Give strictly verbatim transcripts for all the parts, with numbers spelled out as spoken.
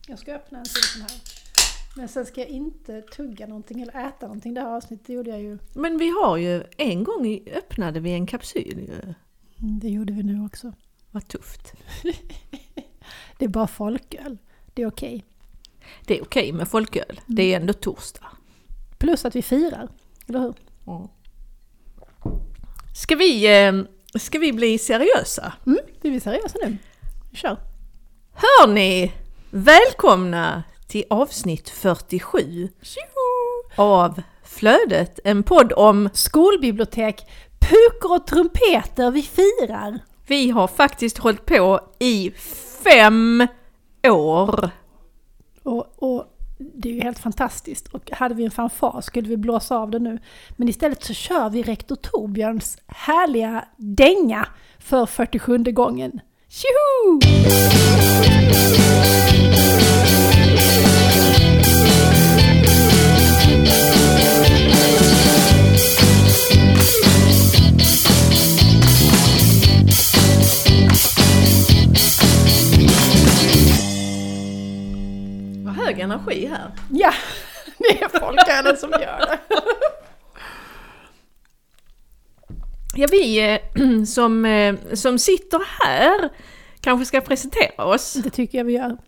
Jag ska öppna en till sån här. Men sen ska jag inte tugga någonting eller äta någonting. Det här avsnittet gjorde jag ju. Men vi har ju, en gång öppnade vi en kapsyl ju. Mm, det gjorde vi nu också. Vad tufft. Det är bara folköl. Det är okej. Det är okej med folköl. Mm. Det är ändå torsdag. Plus att vi firar, eller hur? Mm. Ska vi, ska vi bli seriösa? Mm, vi blir seriösa nu. Kör. Hör ni, välkomna till avsnitt fyrtiosju av Flödet, en podd om skolbibliotek, pukor och trumpeter. Vi firar. Vi har faktiskt hållit på i fem år. Och, och det är ju helt fantastiskt. Och hade vi en fanfar skulle vi blåsa av det nu. Men istället så kör vi rektor Torbjörns härliga dänga för fyrtiosjunde gången. Tjoho! Vad hög energi här. Ja, det är folkölen som gör det. Ja, vi som, som sitter här kanske ska presentera oss. Det tycker jag vi gör.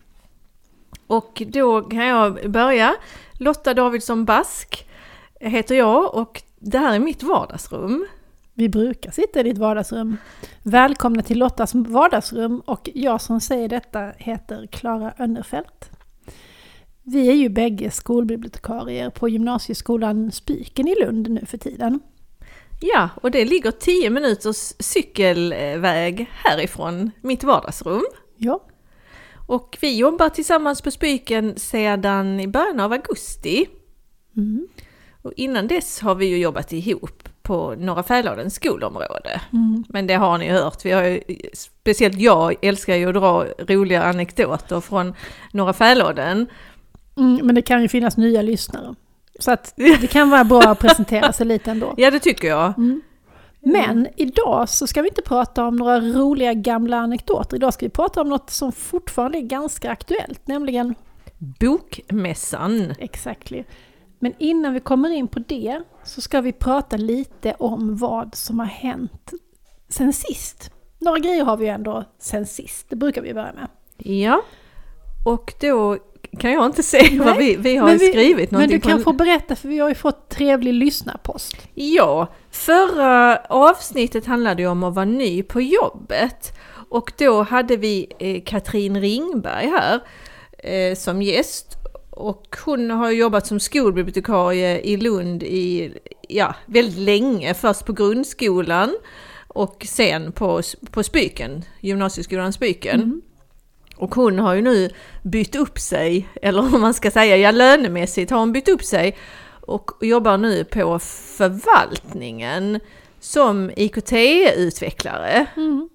Och då kan jag börja. Lotta Davidsson Bask heter jag och det här är mitt vardagsrum. Vi brukar sitta i ditt vardagsrum. Välkomna till Lottas vardagsrum och jag som säger detta heter Klara Önnerfelt. Vi är ju bägge skolbibliotekarier på gymnasieskolan Spyken i Lund nu för tiden. Ja, och det ligger tio minuters cykelväg härifrån mitt vardagsrum. Ja. Och vi jobbar tillsammans på Spyken sedan i början av augusti. Mm. Och innan dess har vi ju jobbat ihop på Norra Fäladens skolområde. Mm. Men det har ni hört. Vi har ju, speciellt jag älskar ju att dra roliga anekdoter från Norra Fäladen. Mm, men det kan ju finnas nya lyssnare. Så att det kan vara bra att presentera sig lite ändå. Ja, det tycker jag. Mm. Men idag så ska vi inte prata om några roliga gamla anekdoter. Idag ska vi prata om något som fortfarande är ganska aktuellt, nämligen Bokmässan. Exactly. Men innan vi kommer in på det så ska vi prata lite om vad som har hänt sen sist. Några grejer har vi ju ändå sen sist. Det brukar vi börja med. Ja, och då kan jag inte se vad vi, vi har vi, skrivit. Men du kan på... få berätta för vi har ju fått trevlig lyssnarpost. Ja, förra avsnittet handlade ju om att vara ny på jobbet. Och då hade vi eh, Katrin Ringberg här eh, som gäst. Och hon har jobbat som skolbibliotekarie i Lund i ja, väldigt länge. Först på grundskolan och sen på, på Spyken, gymnasieskolan Spyken. Mm. Och hon har ju nu bytt upp sig, eller om man ska säga, ja, lönemässigt har hon bytt upp sig och jobbar nu på förvaltningen som I K T-utvecklare. Mm.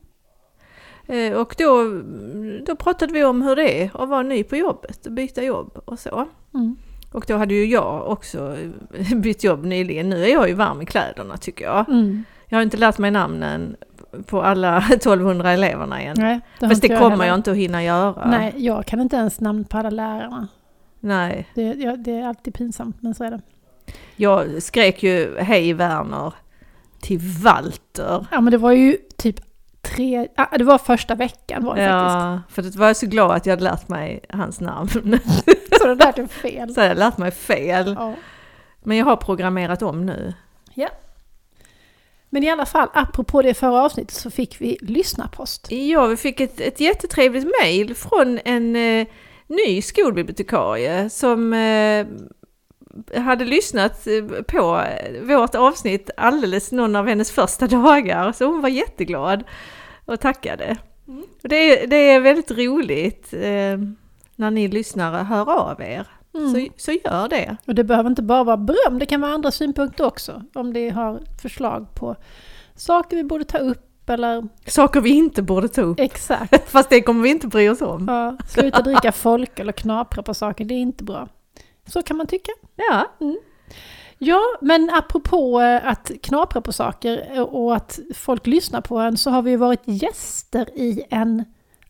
Och då, då pratade vi om hur det är att vara ny på jobbet och byta jobb och så. Mm. Och då hade ju jag också bytt jobb nyligen. Nu är jag ju varm i kläderna tycker jag. Mm. Jag har inte lärt mig namnen på alla tolvhundra eleverna igen. Nej, det Fast det kommer heller. jag inte att hinna göra. Nej, jag kan inte ens namn på alla lärarna. Nej. Det, ja, det är alltid pinsamt, men så är det. Jag skrek ju hej Werner till Walter. Ja, men det var ju typ tre... Ah, det var första veckan var det ja, faktiskt. för det var jag så glad att jag hade lärt mig hans namn. Så det lärde fel. Så jag hade lärt mig fel. Ja. Men jag har programmerat om nu. Ja. Men i alla fall, apropå det förra avsnittet så fick vi lyssnarpost. Ja, vi fick ett, ett jättetrevligt mejl från en eh, ny skolbibliotekarie som eh, hade lyssnat på vårt avsnitt alldeles någon av hennes första dagar. Så hon var jätteglad och tackade. Mm. Och det, är, det är väldigt roligt eh, när ni lyssnare hör av er. Mm. Så, så gör det. Och det behöver inte bara vara beröm, det kan vara andra synpunkter också. Om det har förslag på saker vi borde ta upp eller... Saker vi inte borde ta upp. Exakt. Fast det kommer vi inte bry oss om. Ja, sluta dricka folk eller knapra på saker, det är inte bra. Så kan man tycka. Ja. Mm. Ja, men apropå att knapra på saker och att folk lyssnar på en så har vi varit gäster i en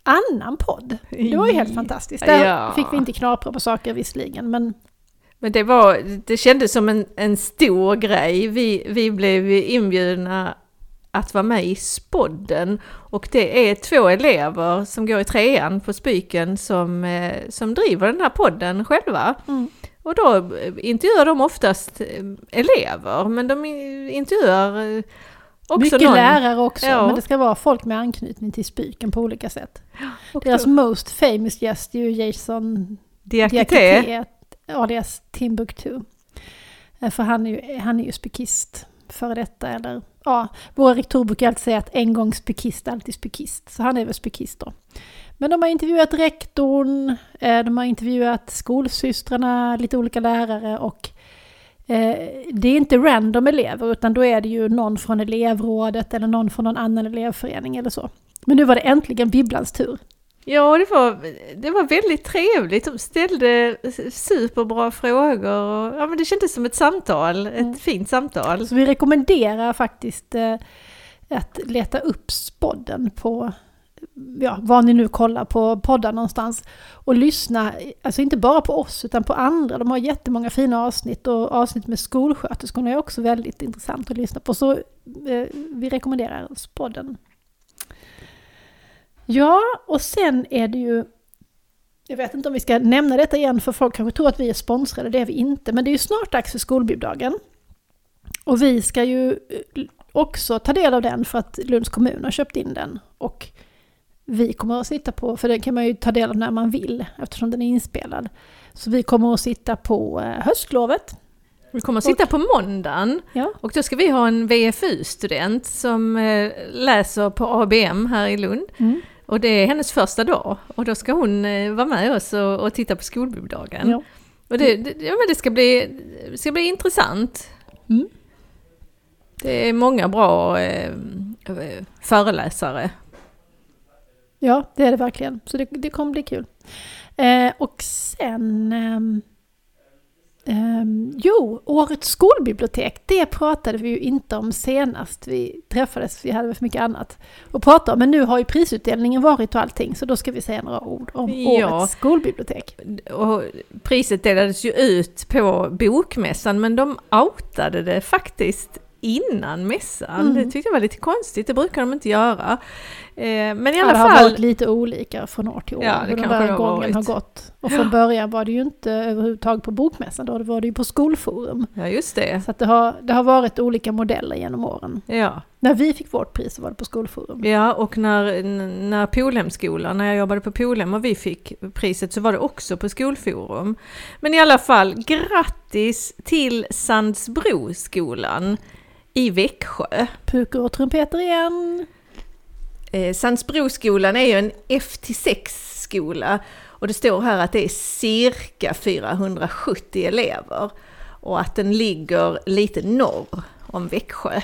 annan podd. Det var ju helt fantastiskt. Där ja. fick vi inte knapra på saker visserligen, men... Men det, var, det kändes som en, en stor grej. Vi, vi blev inbjudna att vara med i Spodden. Och det är två elever som går i trean på Spyken som, eh, som driver den här podden själva. Mm. Och då intervjuar de oftast elever, men de intervjuar också mycket någon... lärare också, ja. Men det ska vara folk med anknytning till Spyken på olika sätt. Och deras då... most famous gäst är ju Jason Diakité, alias Timbuktu. För han är ju, han är ju spykist för detta, eller ja, våra rektorer brukar alltid säga att en gång spykist, alltid spykist. Så han är väl spykist då. Men de har intervjuat rektorn, de har intervjuat skolsystrarna, lite olika lärare och eh, det är inte random elever utan då är det ju någon från elevrådet eller någon från någon annan elevförening eller så. Men nu var det äntligen Bibblans tur. Ja, det var, det var väldigt trevligt. De ställde superbra frågor. Och, ja, men det kändes som ett samtal, ett mm. fint samtal. Så vi rekommenderar faktiskt eh, att leta upp Spodden på, ja, var ni nu kollar på poddar någonstans. Och lyssna, alltså inte bara på oss utan på andra. De har jättemånga fina avsnitt och avsnitt med skolsköterskorna är också väldigt intressant att lyssna på. Så eh, vi rekommenderar Spodden. Ja, och sen är det ju, jag vet inte om vi ska nämna detta igen för folk kanske tror att vi är sponsrade, det är vi inte. Men det är ju snart dags för skolbibliodagen. Och vi ska ju också ta del av den för att Lunds kommun har köpt in den. Och vi kommer att sitta på, för den kan man ju ta del av när man vill eftersom den är inspelad. Så vi kommer att sitta på höstlovet. Vi kommer att sitta och, på måndagen ja. Och då ska vi ha en V F U-student som läser på A B M här i Lund. Mm. Och det är hennes första dag. Och då ska hon eh, vara med oss och, och titta på skolbibliodagen. Ja. Och det, det, ja, men det, ska bli, det ska bli intressant. Mm. Det är många bra eh, föreläsare. Ja, det är det verkligen. Så det, det kommer bli kul. Eh, och sen... Eh, Um, jo, årets skolbibliotek, det pratade vi ju inte om senast vi träffades, vi hade väl för mycket annat att prata om, men nu har ju prisutdelningen varit och allting, så då ska vi säga några ord om ja. årets skolbibliotek. Och priset delades ju ut på bokmässan, men de outade det faktiskt innan mässan. Mm. Det tyckte jag var lite konstigt, det brukar de inte göra. Eh, men i alla ja, fall... Det har varit lite olika från år till år. Ja, det den kanske där har gången varit. har gått. Och från början var det ju inte överhuvudtaget på bokmässan, då var det ju på skolforum. Ja, just det. Så att det, har, det har varit olika modeller genom åren. Ja. När vi fick vårt pris så var det på skolforum. Ja, och när, när Polhemskolan, när jag jobbade på Polhem och vi fick priset så var det också på skolforum. Men i alla fall, grattis till Sandsbroskolan i Växjö. Pukor och trumpeter igen. Eh, Sandsbroskolan är ju en F T sex-skola och det står här att det är cirka fyrahundrasjuttio elever och att den ligger lite norr om Växjö.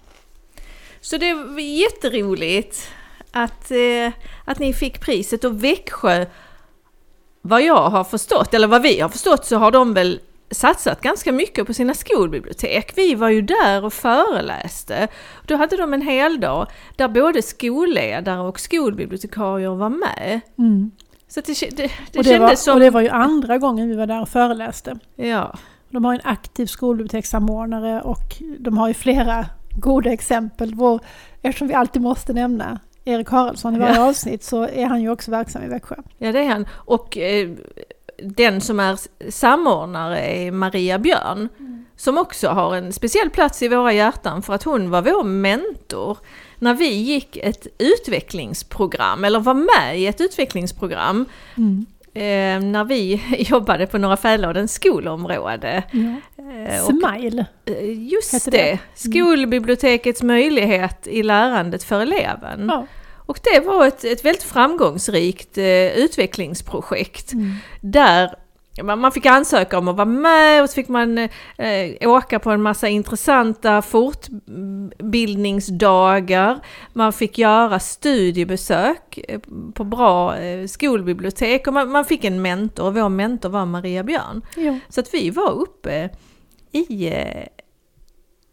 Så det är jätteroligt att, eh, att ni fick priset, och Växjö, vad jag har förstått, eller vad vi har förstått, så har de väl satsat ganska mycket på sina skolbibliotek. Vi var ju där och föreläste. Då hade de en hel dag där både skolledare och skolbibliotekarier var med. Mm. Så det, det, det, och det kändes var, som... Och det var ju andra gången vi var där och föreläste. Ja. De har en aktiv skolbibliotekssamordnare och de har ju flera goda exempel. Vår, eftersom vi alltid måste nämna Erik Haraldsson i varje ja. avsnitt, så är han ju också verksam i Växjö. Ja, det är han. Och... Eh, den som är samordnare är Maria Björn, mm. som också har en speciell plats i våra hjärtan för att hon var vår mentor när vi gick ett utvecklingsprogram, eller var med i ett utvecklingsprogram mm. eh, när vi jobbade på Norra Fäladens skolområde. Ja. Eh, Smile. Och, just det, det. Mm. Skolbibliotekets möjlighet i lärandet för eleven. Ja. Och det var ett, ett väldigt framgångsrikt eh, utvecklingsprojekt mm. där man, man fick ansöka om att vara med, och så fick man eh, åka på en massa intressanta fortbildningsdagar. Man fick göra studiebesök eh, på bra eh, skolbibliotek, och man, man fick en mentor, och vår mentor var Maria Björn. Jo. Så att vi var uppe i... Eh,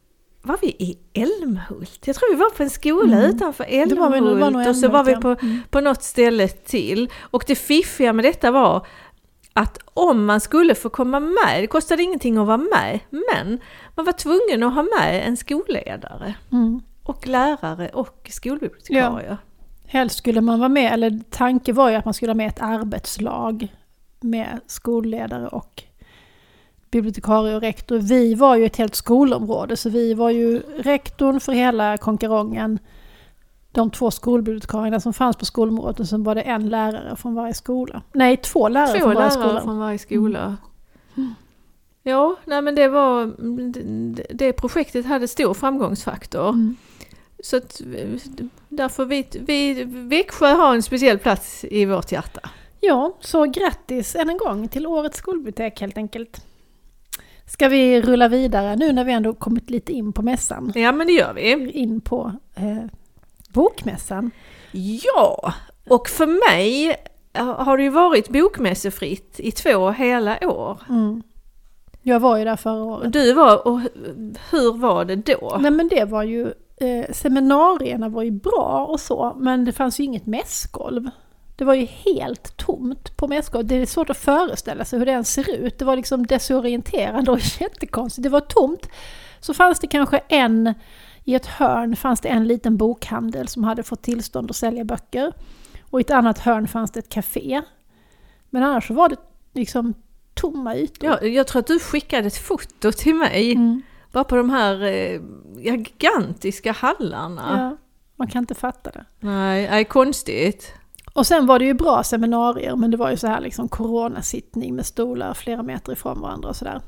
var vi i Älmhult. Jag tror vi var på en skola mm. utanför Älmhult. Var vi, var Älmhult och så var vi på, mm. på något ställe till. Och det fiffiga med detta var att om man skulle få komma med, det kostade ingenting att vara med, men man var tvungen att ha med en skolledare mm. och lärare och skolbibliotekarie. Ja. Helst skulle man vara med, eller tanke var ju att man skulle ha med ett arbetslag med skolledare och bibliotekarie och rektor. Vi var ju ett helt skolområde, så vi var ju rektorn för hela konkarongen, de två skolbibliotekarierna som fanns på skolområdet, och sen var det en lärare från varje skola. Nej, två lärare, två från, varje lärare från varje skola. Mm. Ja, nej men det var det, det projektet hade stor framgångsfaktor. Mm. Så att därför vi, vi Växjö har en speciell plats i vårt hjärta. Ja, så grattis än en gång till årets skolbibliotek helt enkelt. Ska vi rulla vidare nu när vi ändå kommit lite in på mässan? Ja, men det gör vi. In på eh, bokmässan. Ja, och för mig har det ju varit bokmässefritt i två hela år. Mm. Jag var ju där förra året. Du var, och hur var det då? Nej, men det var ju, eh, seminarierna var ju bra och så, men det fanns ju inget mässgolv. Det var ju helt tomt på mässgolv. Det är svårt att föreställa sig hur det ens ser ut. Det var liksom desorienterande och jättekonstigt. Det var tomt. Så fanns det kanske en, i ett hörn fanns det en liten bokhandel som hade fått tillstånd att sälja böcker. Och i ett annat hörn fanns det ett café. Men annars så var det liksom tomma ytor. Ja, jag tror att du skickade ett foto till mig. Mm. Bara på de här eh, gigantiska hallarna. Ja, man kan inte fatta det. Nej, det är konstigt. Och sen var det ju bra seminarier, men det var ju så här liksom coronasittning med stolar flera meter ifrån varandra och sådär.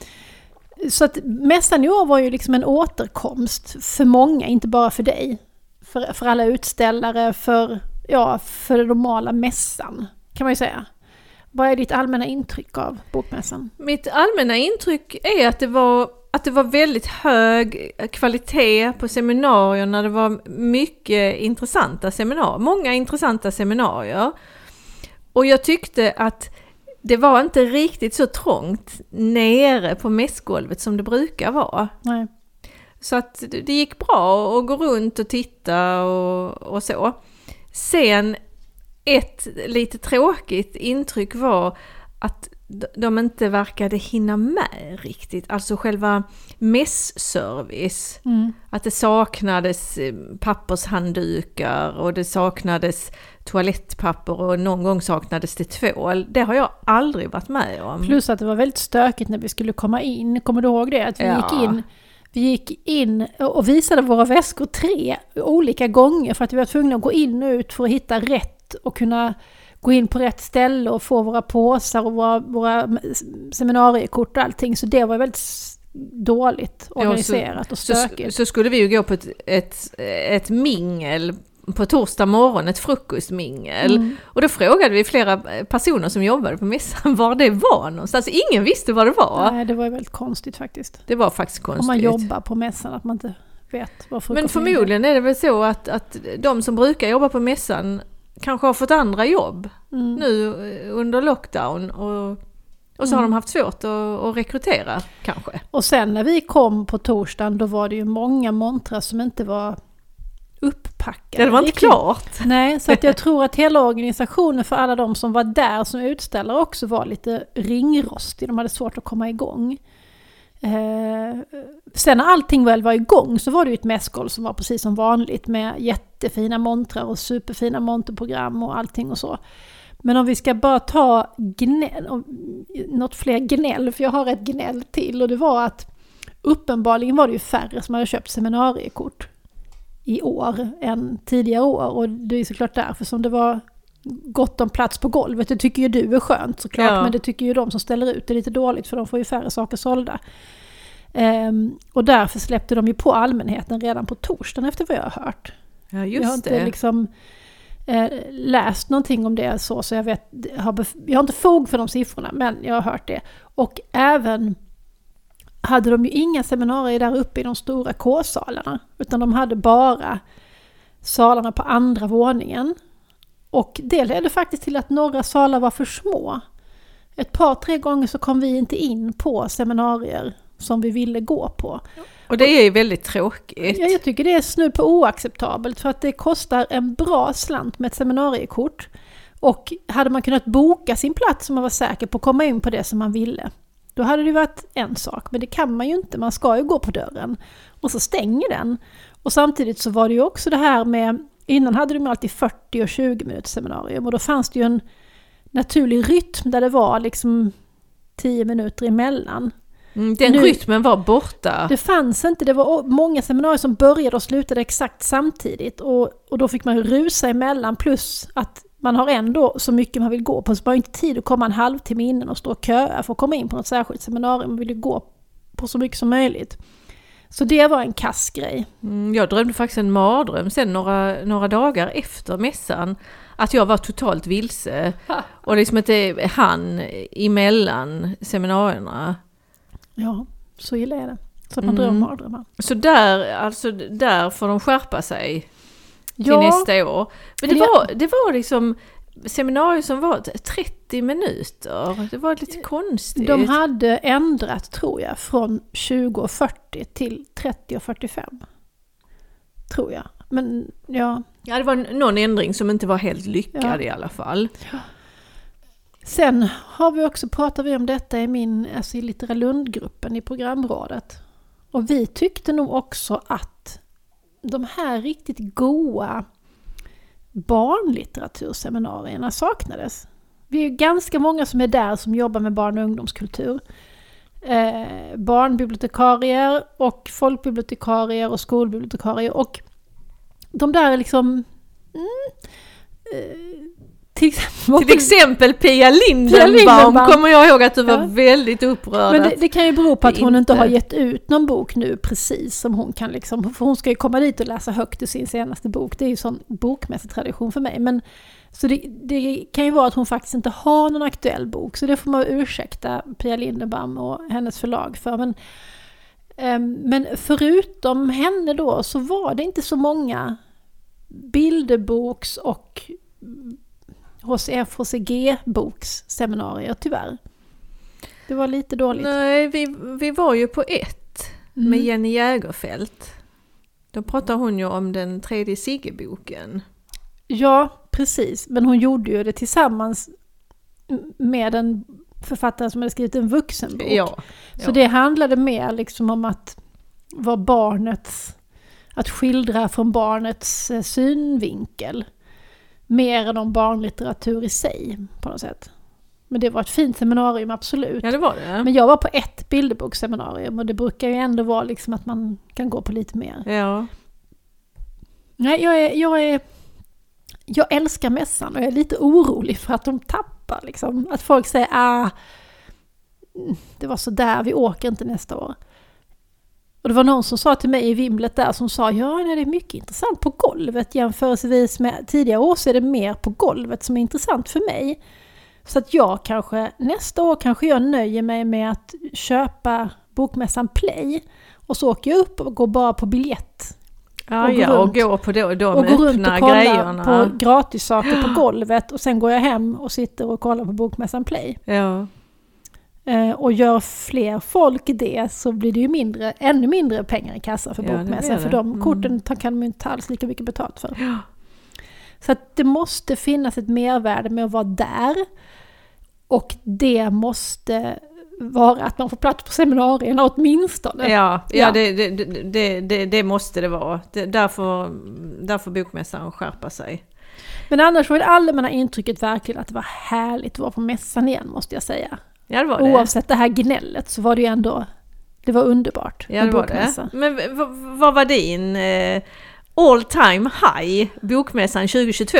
Så att mässan i år var ju liksom en återkomst för många, inte bara för dig. För, för alla utställare, för, ja, för den normala mässan kan man ju säga. Vad är ditt allmänna intryck av bokmässan? Mitt allmänna intryck är att det var, att det var väldigt hög kvalitet på seminarierna. Det var mycket intressanta seminarier, många intressanta seminarier. Och jag tyckte att det var inte riktigt så trångt nere på mässgolvet som det brukar vara. Nej. Så att det gick bra att gå runt och titta och, och så. Sen ett lite tråkigt intryck var att de inte verkade hinna med riktigt. Alltså själva mässservice. Mm. Att det saknades pappershanddukar och det saknades toalettpapper och någon gång saknades det tvål. Det har jag aldrig varit med om. Plus att det var väldigt stökigt när vi skulle komma in. Kommer du ihåg det? Att vi, ja. gick, in, vi gick in och visade våra väskor tre olika gånger för att vi var tvungna att gå in och ut för att hitta rätt och kunna gå in på rätt ställe och få våra påsar och våra, våra seminariekort och allting. Så det var väldigt dåligt organiserat ja, så, och stökigt. Så, så skulle vi ju gå på ett, ett, ett mingel på torsdag morgon, ett frukostmingel. Mm. Och då frågade vi flera personer som jobbade på mässan var det var någonstans. Alltså, ingen visste vad det var. Nej, det var väldigt konstigt faktiskt. Det var faktiskt konstigt. Om man jobbar på mässan, att man inte vet vad frukost. Men förmodligen är det väl så att, att de som brukar jobba på mässan kanske har fått andra jobb mm. nu under lockdown och, och så mm. har de haft svårt att, att rekrytera kanske. Och sen när vi kom på torsdagen då var det ju många montrar som inte var upppackade. Det var inte riktigt klart. Nej, så att jag tror att hela organisationen för alla de som var där som utställare också var lite ringrostig. De hade svårt att komma igång. Eh, sen när allting väl var igång så var det ju ett mässgolv som var precis som vanligt med jättefina montrar och superfina monterprogram och allting och så. Men om vi ska bara ta gnäll, något fler gnäll, för jag har ett gnäll till, och det var att uppenbarligen var det ju färre som hade köpt seminariekort i år än tidigare år, och det är såklart därför som det var gott om plats på golvet. Det tycker ju du är skönt såklart, ja. Men det tycker ju de som ställer ut det lite dåligt, för de får ju färre saker sålda. Um, och därför släppte de ju på allmänheten redan på torsdagen efter vad jag har hört. Ja, just jag har inte det. liksom eh, läst någonting om det så, så jag vet, jag har, bef- jag har inte fog för de siffrorna, men jag har hört det. Och även hade de ju inga seminarier där uppe i de stora K-salarna, utan de hade bara salarna på andra våningen. Och det ledde faktiskt till att några salar var för små. Ett par, tre gånger så kom vi inte in på seminarier som vi ville gå på. Och det är ju väldigt tråkigt. Ja, jag tycker det är snudd på oacceptabelt för att det kostar en bra slant med ett seminariekort. Och hade man kunnat boka sin plats som man var säker på att komma in på det som man ville, då hade det varit en sak. Men det kan man ju inte, man ska ju gå på dörren. Och så stänger den. Och samtidigt så var det ju också det här med, innan hade de alltid fyrtio och tjugo minuters seminarium. Och då fanns det ju en naturlig rytm där det var liksom tio minuter emellan. Mm, den nu, rytmen var borta. Det fanns inte, det var många seminarier som började och slutade exakt samtidigt. Och, och då fick man rusa emellan, plus att man har ändå så mycket man vill gå på. Så man har inte tid att komma en halvtimme innan och stå och köa för att komma in på något särskilt seminarium. Man vill ju gå på så mycket som möjligt. Så det var en kassgrej. Mm, jag drömde faktiskt en mardröm sen några, några dagar efter mässan. Att jag var totalt vilse. Ha. Och liksom inte han emellan seminarierna. Ja, så illa är det. Så att man mm. drömmer mardrömmar. Så där, alltså, där får de skärpa sig till ja. nästa år. Men det var, det var liksom seminarier som var trettio minuter. Det var lite konstigt. De hade ändrat, tror jag, från tjugo och fyrtio till trettio och fyrtiofem. Tror jag. Men ja. Ja, det var någon ändring som inte var helt lyckad ja. i alla fall. Ja. Sen har vi också pratat vi om detta i min, alltså i Littera Lund-gruppen i programrådet. Och vi tyckte nog också att de här riktigt goa barnlitteraturseminarierna saknades. Vi är ju ganska många som är där som jobbar med barn- och ungdomskultur. Eh, barnbibliotekarier och folkbibliotekarier och skolbibliotekarier. Och de där är liksom... Mm, eh, till exempel, till exempel Pia Lindenbaum, Pia Lindenbaum kommer jag ihåg att du var ja. väldigt upprörd. Men det, det kan ju bero på att hon inte. inte har gett ut någon bok nu precis som hon kan liksom, för hon ska ju komma dit och läsa högt i sin senaste bok. Det är ju sån bokmässig tradition för mig. Men, så det, det kan ju vara att hon faktiskt inte har någon aktuell bok, så det får man ursäkta Pia Lindenbaum och hennes förlag för. Men, um, men förutom henne då så var det inte så många bilderboks och hos F H C G-boksseminarier tyvärr. Det var lite dåligt. Nej, vi, vi var ju på ett mm. med Jenny Jägerfelt. Då pratar hon ju om den tredje Sigge-boken. Ja, precis. Men hon gjorde ju det tillsammans med en författare som hade skrivit en vuxenbok. Ja, Så ja. det handlade mer liksom om att vara barnets, att skildra från barnets synvinkel. Mer än om barnlitteratur i sig på något sätt. Men det var ett fint seminarium, absolut. Ja, det var det. Men jag var på ett bilderboksseminarium och det brukar ju ändå vara liksom att man kan gå på lite mer. Ja. Nej, jag är, jag är jag älskar mässan och jag är lite orolig för att de tappar liksom. Att folk säger, ah, det var så där, vi åker inte nästa år. Och det var någon som sa till mig i vimlet där som sa, ja det är mycket intressant på golvet jämförelsevis med tidigare år, så är det mer på golvet som är intressant för mig. Så att jag kanske, nästa år kanske jag nöjer mig med att köpa bokmässan Play och så åker jag upp och går bara på biljett. Ja, och, ja, och går på då, då och med går runt och kollar grejerna. på gratissaker på golvet och sen går jag hem och sitter och kollar på bokmässan Play. Ja. Eh, och gör fler folk det så blir det ju mindre, ännu mindre pengar i kassan för ja, bokmässan. För de korten mm. kan man inte alls lika mycket betalt för. Ja. Så att det måste finnas ett mervärde med att vara där. Och det måste vara att man får plats på seminarierna åtminstone. Ja, ja, ja. Det, det, det, det, det måste det vara. Det, därför, därför bokmässan skärpa sig. Men annars var det allmänna intrycket verkligen att det var härligt att vara på mässan igen, måste jag säga. Ja, det var det. Oavsett det här gnället så var det ju ändå, det var underbart. Ja, det var det. Men v- vad var din eh, all time high bokmässan tjugohundratjugotvå?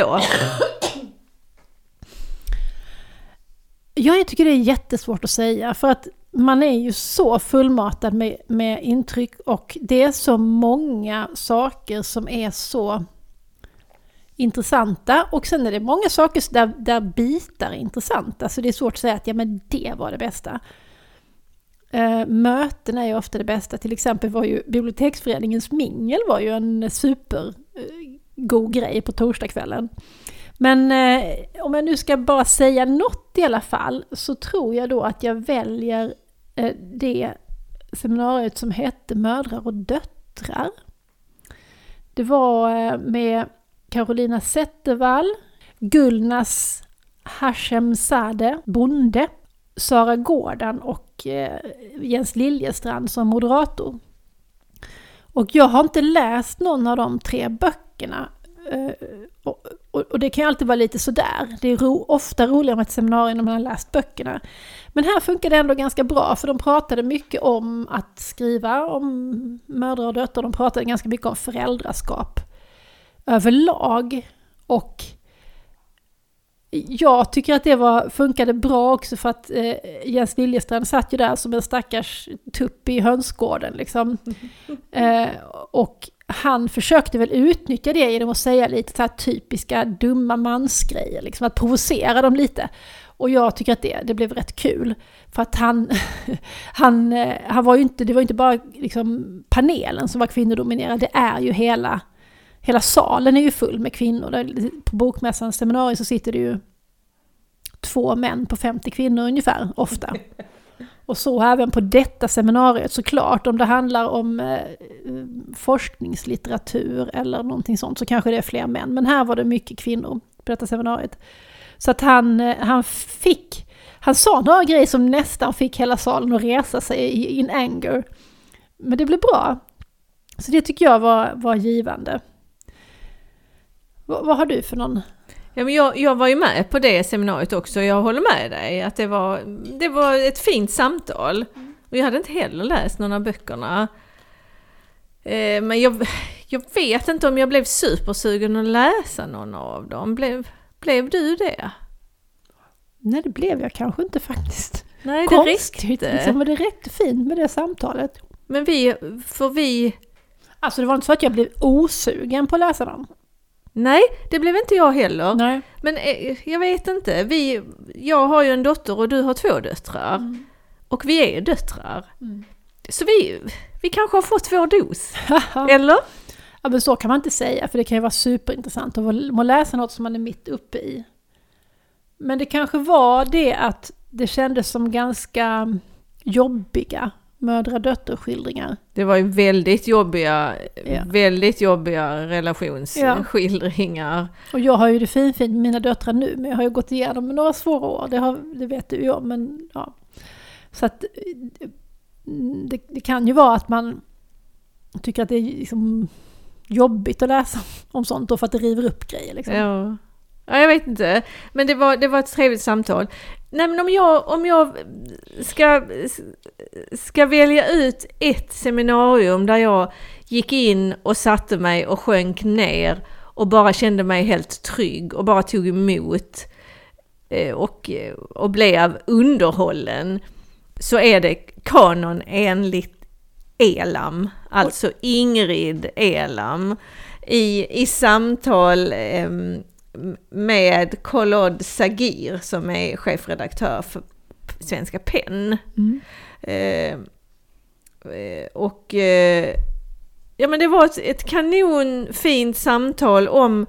Ja, jag tycker det är jättesvårt att säga för att man är ju så fullmatad med, med intryck och det är så många saker som är så intressanta och sen är det många saker där, där bitar är intressanta, så det är svårt att säga att ja, men det var det bästa. Uh, möten är ju ofta det bästa, till exempel var ju biblioteksföreningens mingel var ju en super uh, god grej på torsdagskvällen. Men uh, om jag nu ska bara säga något i alla fall så tror jag då att jag väljer uh, det seminariet som hette Mödrar och döttrar. Det var med Carolina Zettervall, Gulnas Hashemzadeh, bonde, Sara Gårdan och Jens Liljestrand som moderator. Och jag har inte läst någon av de tre böckerna. Och, och, och det kan ju alltid vara lite sådär. Det är ro, ofta roligare med ett seminarium när man har läst böckerna. Men här funkar det ändå ganska bra, för de pratade mycket om att skriva om mödrar och döttrar. De pratade ganska mycket om föräldraskap överlag. Och jag tycker att det var, funkade bra också för att eh, Jens Liljestrand satt ju där som en stackars tupp i hönsgården. Liksom. Eh, och han försökte väl utnyttja det genom att säga lite så här typiska dumma mansgrejer. Liksom, att provocera dem lite. Och jag tycker att det, det blev rätt kul. För att han, han, han var ju inte, det var ju inte bara liksom panelen som var kvinnodominerad. Det är ju hela, hela salen är ju full med kvinnor. Där, på Bokmässans seminarium så sitter det ju två män på femtio kvinnor ungefär, ofta. Och så även på detta seminariet såklart. Om det handlar om eh, forskningslitteratur eller någonting sånt så kanske det är fler män. Men här var det mycket kvinnor på detta seminariet. Så att han, han fick, han sa några grejer som nästan fick hela salen att resa sig in anger. Men det blev bra. Så det tycker jag var, var givande. V- vad har du för någon? Ja, men jag, jag var ju med på det seminariet också. Jag håller med dig att det var, det var ett fint samtal. Och jag hade inte heller läst någon av böckerna. Eh, men jag, jag vet inte om jag blev supersugen att läsa någon av dem. Blev, blev du det? Nej, det blev jag kanske inte faktiskt. Nej, det räckte. Liksom, men det räckte fint med det samtalet. Men vi, för vi... Alltså det var inte så att jag blev osugen på att läsa dem. Nej, det blev inte jag heller. Nej. Men eh, jag vet inte. Vi, jag har ju en dotter och du har två döttrar. Mm. Och vi är döttrar. Mm. Så vi, vi kanske har fått vår dos. Eller? Ja, men så kan man inte säga. För det kan ju vara superintressant att läsa något som man är mitt uppe i. Men det kanske var det att det kändes som ganska jobbiga mödra-dötterskildringar. Det var ju väldigt jobbiga, ja. väldigt jobbiga relationsskildringar. Ja. Och jag har ju det fint fint med mina döttrar nu, men jag har ju gått igenom några svåra år. Det, har, det vet du ju om, men ja. Så att det, det kan ju vara att man tycker att det är liksom jobbigt att läsa om sånt då för att det river upp grejer. Liksom. Ja. Ja, jag vet inte. Men det var, det var ett trevligt samtal. Nej, men om jag, om jag ska, ska välja ut ett seminarium där jag gick in och satte mig och sjönk ner och bara kände mig helt trygg och bara tog emot och, och blev underhållen, så är det kanon enligt Elam, alltså Ingrid Elam, i, i samtal eh, med Kolod Sagir som är chefredaktör för Svenska Penn. Mm. Eh, och eh, ja, men det var ett, ett kanonfint samtal om,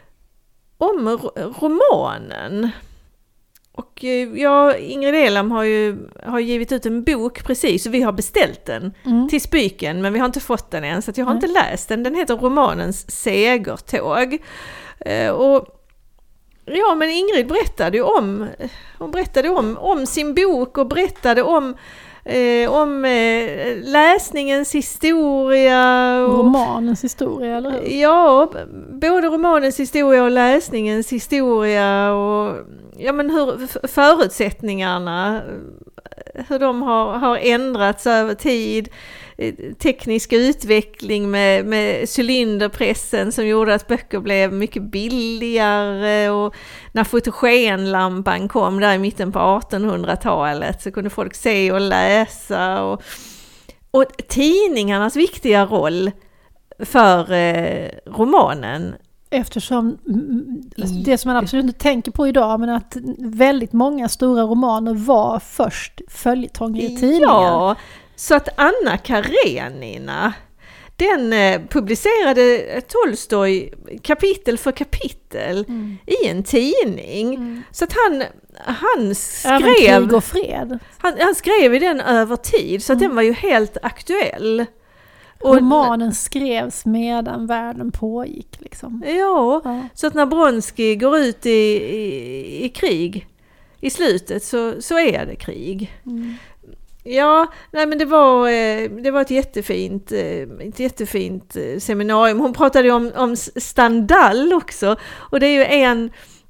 om romanen. Och ja, Ingrid Elam har ju har givit ut en bok precis, och vi har beställt den mm. till Spyken, men vi har inte fått den än, så att jag har mm. inte läst den. Den heter Romanens segertåg. Eh, och ja, men Ingrid berättade ju om, hon berättade om, om sin bok och berättade om, eh, om eh, läsningens historia. Och, romanens historia, eller hur? Ja, både romanens historia och läsningens historia, och ja, men hur förutsättningarna, hur de har, har ändrats över tid. Teknisk utveckling med, med cylinderpressen som gjorde att böcker blev mycket billigare, och när fotogenlampan kom där i mitten på artonhundratalet så kunde folk se och läsa, och, och tidningarnas viktiga roll för eh, romanen. Eftersom det som man absolut inte tänker på idag, men att väldigt många stora romaner var först följetonger i tidningar. Ja, så att Anna Karenina, den eh, publicerade Tolstoj kapitel för kapitel mm. i en tidning. Mm. Så att han, han skrev... Även Krig och fred. Han, han skrev i den över tid, så att mm. den var ju helt aktuell. Och romanen skrevs medan världen pågick. Liksom. Ja, ja, så att när Bronski går ut i, i, i krig i slutet så, så är det krig. Mm. Ja, nej men det var, det var ett jättefint, ett jättefint seminarium. Hon pratade ju om, om Stendhal också, och det är ju en...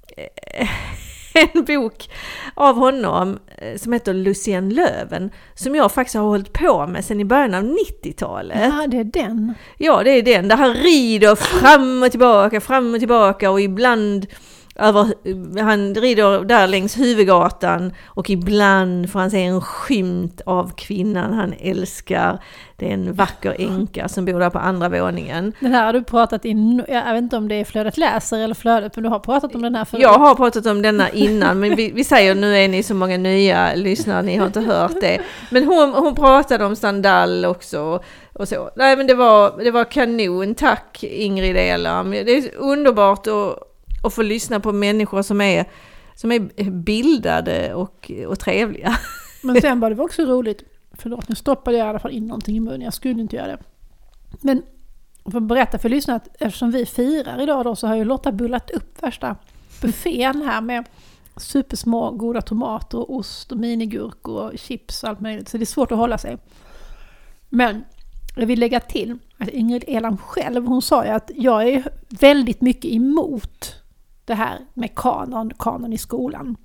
en bok av honom som heter Lucien Löven, som jag faktiskt har hållit på med sedan i början av nittiotalet. Ja, det är den. Ja, det är den. Där han rider fram och tillbaka, fram och tillbaka, och ibland över, han rider där längs huvudgatan, och ibland får han se en skymt av kvinnan han älskar. Det är en vacker änka som bor där på andra våningen. Den här har du pratat in, jag vet inte om det är Flödet läser eller Flödet, men du har pratat om den här förut. Jag har pratat om denna innan, men vi, vi säger nu är ni så många nya lyssnare, ni har inte hört det. Men hon, hon pratade om Stendhal också och så. Nej, men det var, det var kanon. Tack Ingrid Elam. Det är underbart att och få lyssna på människor som är, som är bildade och, och trevliga. Men sen var det också roligt, förlåt, nu stoppade jag i alla fall in någonting i munnen, jag skulle inte göra det. Men för att berätta för lyssnarna att eftersom vi firar idag då, så har ju Lotta bullat upp värsta buffén här med supersmå goda tomater och ost och minigurkor och chips och allt möjligt. Så det är svårt att hålla sig. Men jag vill lägga till att Ingrid Elam själv, hon sa ju att jag är väldigt mycket emot det här med kanon, kanon i skolan.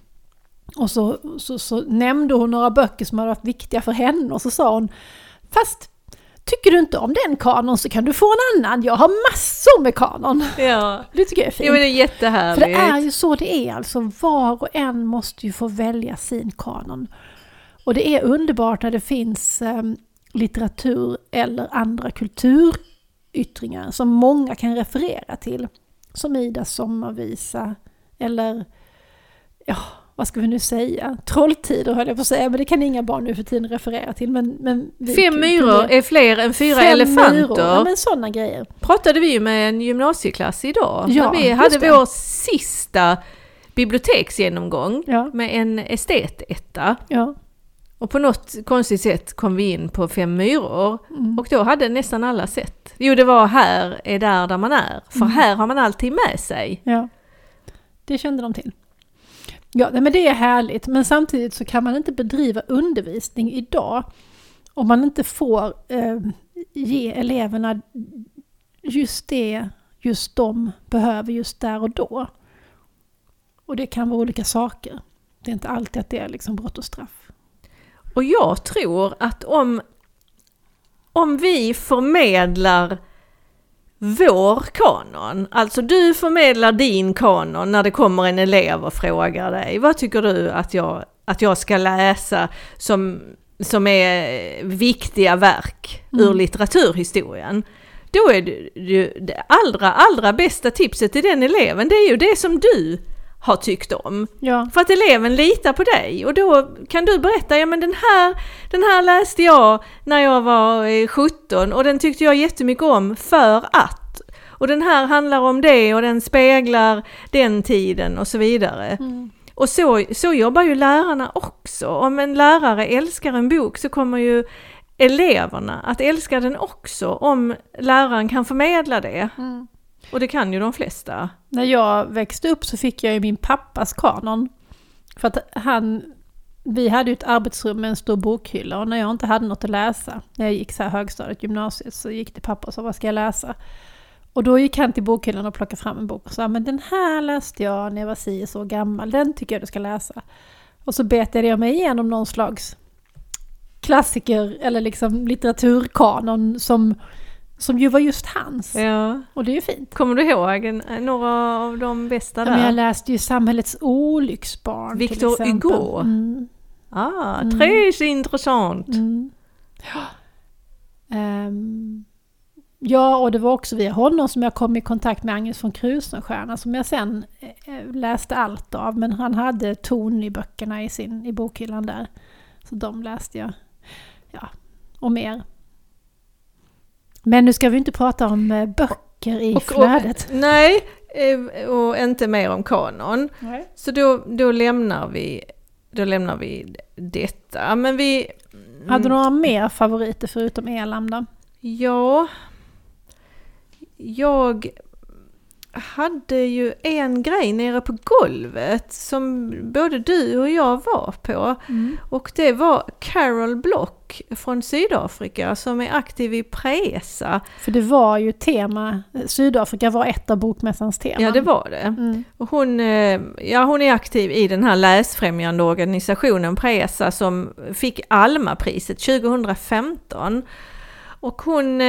Och så, så, så nämnde hon några böcker som hade varit viktiga för henne, och så sa hon, fast tycker du inte om den kanon så kan du få en annan. Jag har massor med kanon. Ja. Det tycker jag är fint. Jo, men det är jättehärligt. För det är ju så det är. Alltså var och en måste ju få välja sin kanon. Och det är underbart när det finns eh, litteratur eller andra kulturyttringar som många kan referera till. Som Ida sommarvisa eller ja, vad ska vi nu säga? Trolltider höll jag på att säga, men det kan inga barn nu för tiden referera till. Men, men Fem myror är fler än fyra Fem elefanter. Myror, ja, men sådana grejer. Pratade vi ju med en gymnasieklass idag. Ja, när vi hade vår sista biblioteksgenomgång ja. med en estetetta. Ja. Och på något konstigt sätt kom vi in på Fem myror. Mm. Och då hade nästan alla sett. Jo, det var här är där där man är. För mm. här har man alltid med sig. Ja, det kände de till. Ja, men det är härligt. Men samtidigt så kan man inte bedriva undervisning idag om man inte får eh, ge eleverna just det, just de behöver just där och då. Och det kan vara olika saker. Det är inte alltid att det är liksom brott och straff. Och jag tror att om, om vi förmedlar vår kanon, alltså du förmedlar din kanon när det kommer en elev och frågar dig, vad tycker du att jag, att jag ska läsa som, som är viktiga verk mm. ur litteraturhistorien? Då är det, det, det allra, allra bästa tipset till den eleven, det är ju det som du har tyckt om. Ja. För att eleven litar på dig. Och då kan du berätta, ja men den här, den här läste jag när jag var sjutton och den tyckte jag jättemycket om för att. Och den här handlar om det och den speglar den tiden och så vidare. Mm. Och så, så jobbar ju lärarna också. Om en lärare älskar en bok så kommer ju eleverna att älska den också om läraren kan förmedla det. Mm. Och det kan ju de flesta. När jag växte upp så fick jag ju min pappas kanon. För att han, vi hade ju ett arbetsrum med en stor bokhylla. Och när jag inte hade något att läsa, när jag gick så här högstadiet, gymnasiet, så gick det pappa och sa, vad ska jag läsa? Och då gick han till bokhyllan och plockade fram en bok och sa, men den här läste jag när jag var tio så gammal. Den tycker jag du ska läsa. Och så betade jag mig igenom någon slags klassiker eller liksom litteraturkanon som... Som ju var just hans. Ja. Och det är ju fint. Kommer du ihåg en, några av de bästa där? Ja, men jag läste ju Samhällets olycksbarn. Victor Hugo. Mm. Ah, mm. Très intressant. Mm. Ja. Um, ja, och det var också via honom som jag kom i kontakt med Agnes von Krusenstjerna som jag sen eh, läste allt av. Men han hade ton i böckerna i, sin, i bokhyllan där. Så de läste jag. Ja, och mer. Men nu ska vi inte prata om böcker i och, flödet. Och, nej, och inte mer om kanon. Nej. Så då, då lämnar vi då lämnar vi detta. Men vi... Hade du några mer favoriter förutom Elam då? Ja, jag hade ju en grej nere på golvet som både du och jag var på. Mm. Och det var Carol Block från Sydafrika som är aktiv i Presa. För det var ju tema, Sydafrika var ett av bokmässans teman. Ja, det var det. Mm. Och hon, ja, hon är aktiv i den här läsfrämjande organisationen Presa som fick Alma-priset tjugohundrafemton. Och hon...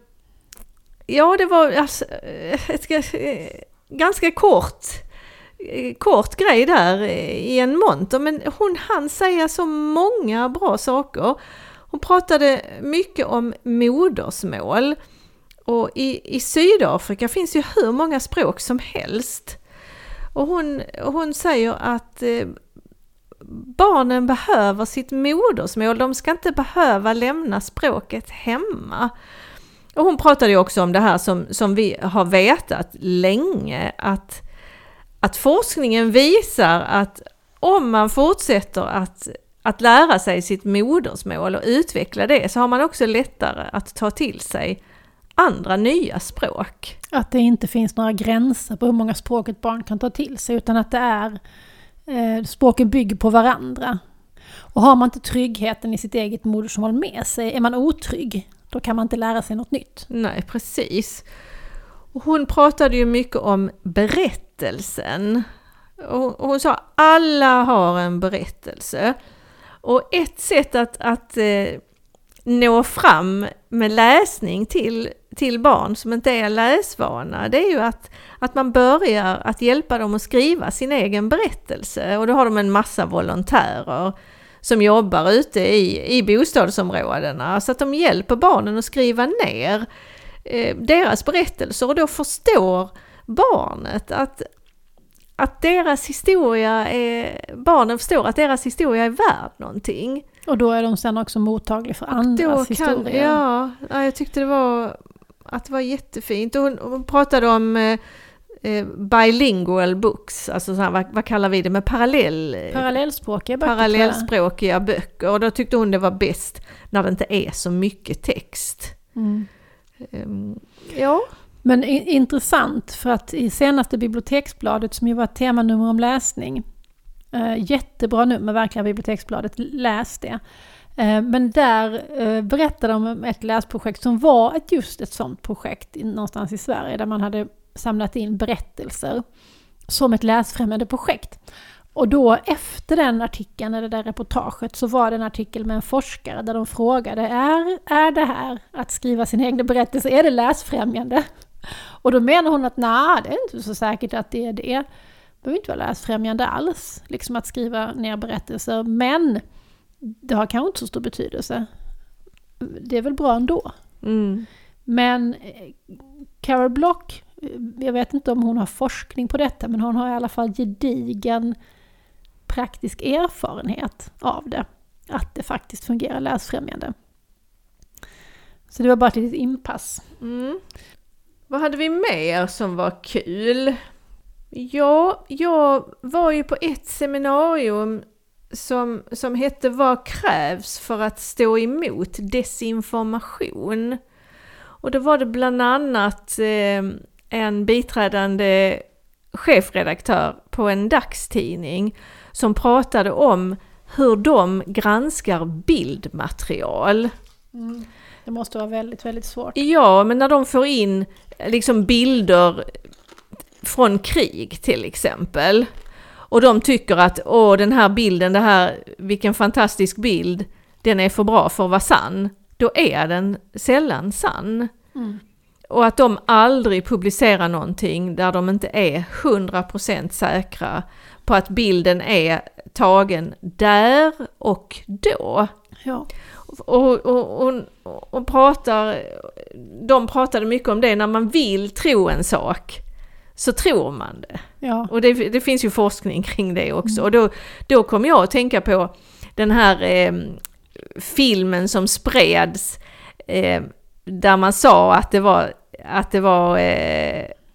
Ja, det var alltså, ett ganska kort, kort grej där i en monter. Men hon hann säga så många bra saker. Hon pratade mycket om modersmål. Och i, i Sydafrika finns ju hur många språk som helst. Och hon, hon säger att eh, barnen behöver sitt modersmål. De ska inte behöva lämna språket hemma. Och hon pratade ju också om det här som, som vi har vetat länge, att, att forskningen visar att om man fortsätter att, att lära sig sitt modersmål och utveckla det, så har man också lättare att ta till sig andra nya språk. Att det inte finns några gränser på hur många språk ett barn kan ta till sig, utan att det är eh, språken bygger på varandra. Och har man inte tryggheten i sitt eget modersmål med sig, är man otrygg, då kan man inte lära sig något nytt. Nej, precis. Och hon pratade ju mycket om berättelsen. Och, och hon sa att alla har en berättelse. Och ett sätt att, att eh, nå fram med läsning till, till barn som inte är läsvana, det är ju att, att man börjar att hjälpa dem att skriva sin egen berättelse. Och då har de en massa volontärer som jobbar ute i, i bostadsområdena, så att de hjälper barnen att skriva ner eh, deras berättelser, och då förstår barnet att, att deras historia är, barnen förstår att deras historia är värd någonting. Och då är de sen också mottagliga för andras historia. Ja, ja, jag tyckte det var, att det var jättefint. Och hon, hon pratade om eh, Eh, bilingual books, alltså så här, vad, vad kallar vi det, med parallell, parallellspråkiga böcker. Parallellspråkiga böcker. Och då tyckte hon det var bäst när det inte är så mycket text. Mm. Um, ja. Men i, intressant, för att i senaste Biblioteksbladet, som ju var ett temanummer om läsning, eh, jättebra nummer verkligen, Biblioteksbladet, läs det. Eh, men där eh, berättade de om ett läsprojekt som var ett, just ett sånt projekt i, någonstans i Sverige, där man hade samlat in berättelser som ett läsfrämjande projekt. Och då efter den artikeln, eller det där reportaget, så var det en artikel med en forskare där de frågade, är, är det här att skriva sin egen berättelse, är det läsfrämjande? Och då menar hon att nej, det är inte så säkert att det är det. Det behöver inte vara läsfrämjande alls, liksom att skriva ner berättelser, men det har kanske inte så stor betydelse. Det är väl bra ändå. Mm. Men Carol Block, jag vet inte om hon har forskning på detta, men hon har i alla fall gedigen praktisk erfarenhet av det. Att det faktiskt fungerar läsfrämjande. Så det var bara ett litet inpass. Mm. Vad hade vi mer som var kul? Ja, jag var ju på ett seminarium som, som hette Vad krävs för att stå emot desinformation? Och då var det bland annat eh, en biträdande chefredaktör på en dagstidning som pratade om hur de granskar bildmaterial. Mm. Det måste vara väldigt, väldigt svårt. Ja, men när de får in liksom bilder från krig till exempel, och de tycker att åh, den här bilden, det här, vilken fantastisk bild, den är för bra för att vara sann, då är den sällan sann. Mm. Och att de aldrig publicerar någonting där de inte är hundra procent säkra på att bilden är tagen där och då. Ja. Och, och, och, och pratar, de pratade mycket om det, när man vill tro en sak så tror man det. Ja. Och det, det finns ju forskning kring det också. Mm. Och då, då kom jag att tänka på den här eh, filmen som spreds eh, där man sa att det var, att det var eh,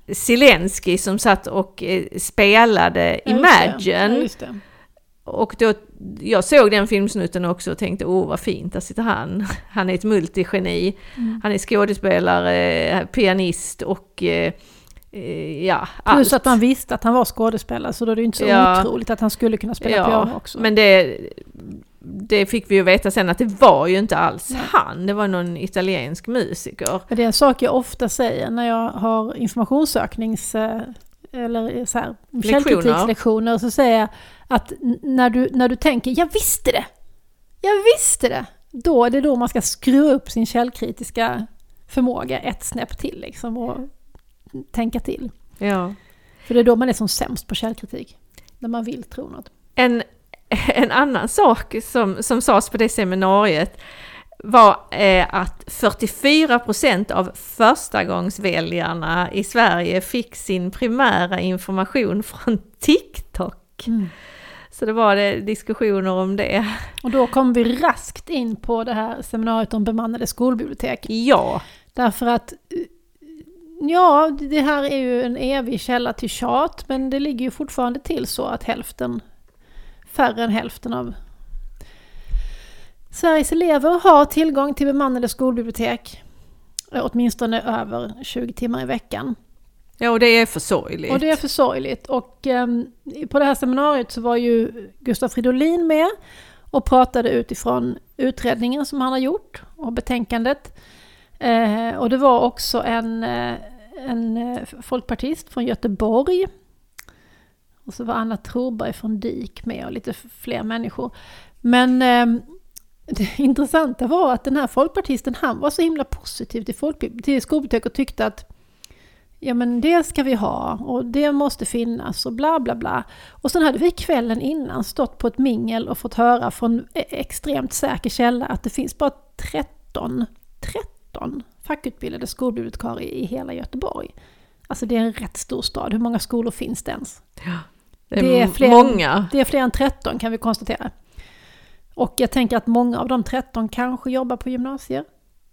Zelensky som satt och eh, spelade Ja, Imagine. Ja, just det. Och då, jag såg den filmsnutten också och tänkte, åh vad fint, där sitter han. Han är ett multigeni. Mm. Han är skådespelare, pianist och eh, ja, allt. Plus att man visste att han var skådespelare, så då är det inte så ja. otroligt att han skulle kunna spela ja, piano också. Men det, det fick vi ju veta sen att det var ju inte alls Nej. han. Det var någon italiensk musiker. Det är en sak jag ofta säger när jag har informationssöknings... eller så här, källkritikslektioner, så säger jag att när du, när du tänker, jag visste det, jag visste det, då är det då man ska skruva upp sin källkritiska förmåga ett snäpp till liksom, och tänka till. Ja. För det är då man är som sämst på källkritik, när man vill tro något. En, en annan sak som, som sades på det seminariet var eh, att fyrtiofyra procent av förstagångsväljarna i Sverige fick sin primära information från TikTok. Mm. Så det var det diskussioner om det. Och då kom vi raskt in på det här seminariet om bemannade skolbibliotek. Ja. Därför att ja, det här är ju en evig källa till tjat, men det ligger ju fortfarande till så att hälften, färre än hälften av Sveriges elever har tillgång till bemannade skolbibliotek åtminstone över tjugo timmar i veckan. Ja, och det är för sorgligt. Och det är för sorgligt. Och eh, på det här seminariet så var ju Gustav Fridolin med och pratade utifrån utredningen som han har gjort och betänkandet. Eh, och det var också en, en folkpartist från Göteborg. Och så var Anna Thorberg från DIK med och lite fler människor. Men eh, det intressanta var att den här folkpartisten, han var så himla positiv till, folk, till skolbibliotek och tyckte att ja men det ska vi ha och det måste finnas och bla bla bla. Och sen hade vi kvällen innan stått på ett mingel och fått höra från extremt säker källa att det finns bara tretton, tretton fackutbildade skolbibliotekarier i hela Göteborg. Alltså det är en rätt stor stad. Hur många skolor finns det ens? Ja, det är, det är fler, många. Det är fler än tretton kan vi konstatera. Och jag tänker att många av de tretton kanske jobbar på gymnasier.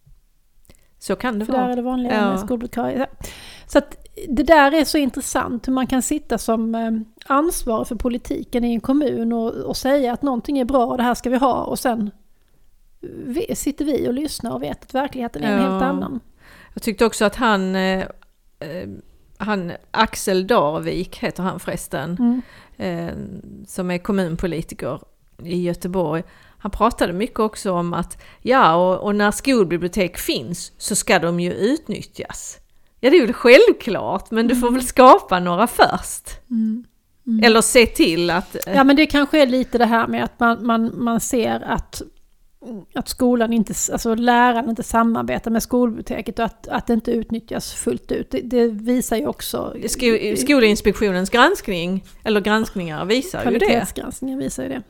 Så kan det För vara. För där är det vanliga ja. med skolbibliotekarier. Så att det där är så intressant hur man kan sitta som ansvarig för politiken i en kommun och, och säga att någonting är bra och det här ska vi ha, och sen vi, sitter vi och lyssnar och vet att verkligheten är ja. en helt annan. Jag tyckte också att han, eh, han Axel Darvik heter han förresten, mm. eh, som är kommunpolitiker i Göteborg. Han pratade mycket också om att ja, och, och när skolbibliotek finns så ska de ju utnyttjas. Ja, det är väl självklart, men du får väl skapa några först. Mm. Mm. Eller se till att... Ja, men det kanske är lite det här med att man, man, man ser att, att skolan inte, alltså läraren inte samarbetar med skolbiblioteket och att, att det inte utnyttjas fullt ut. Det, det visar ju också... Sko- Skolinspektionens granskning, eller granskningar visar ju det. Kvalitetsgranskningen visar ju det.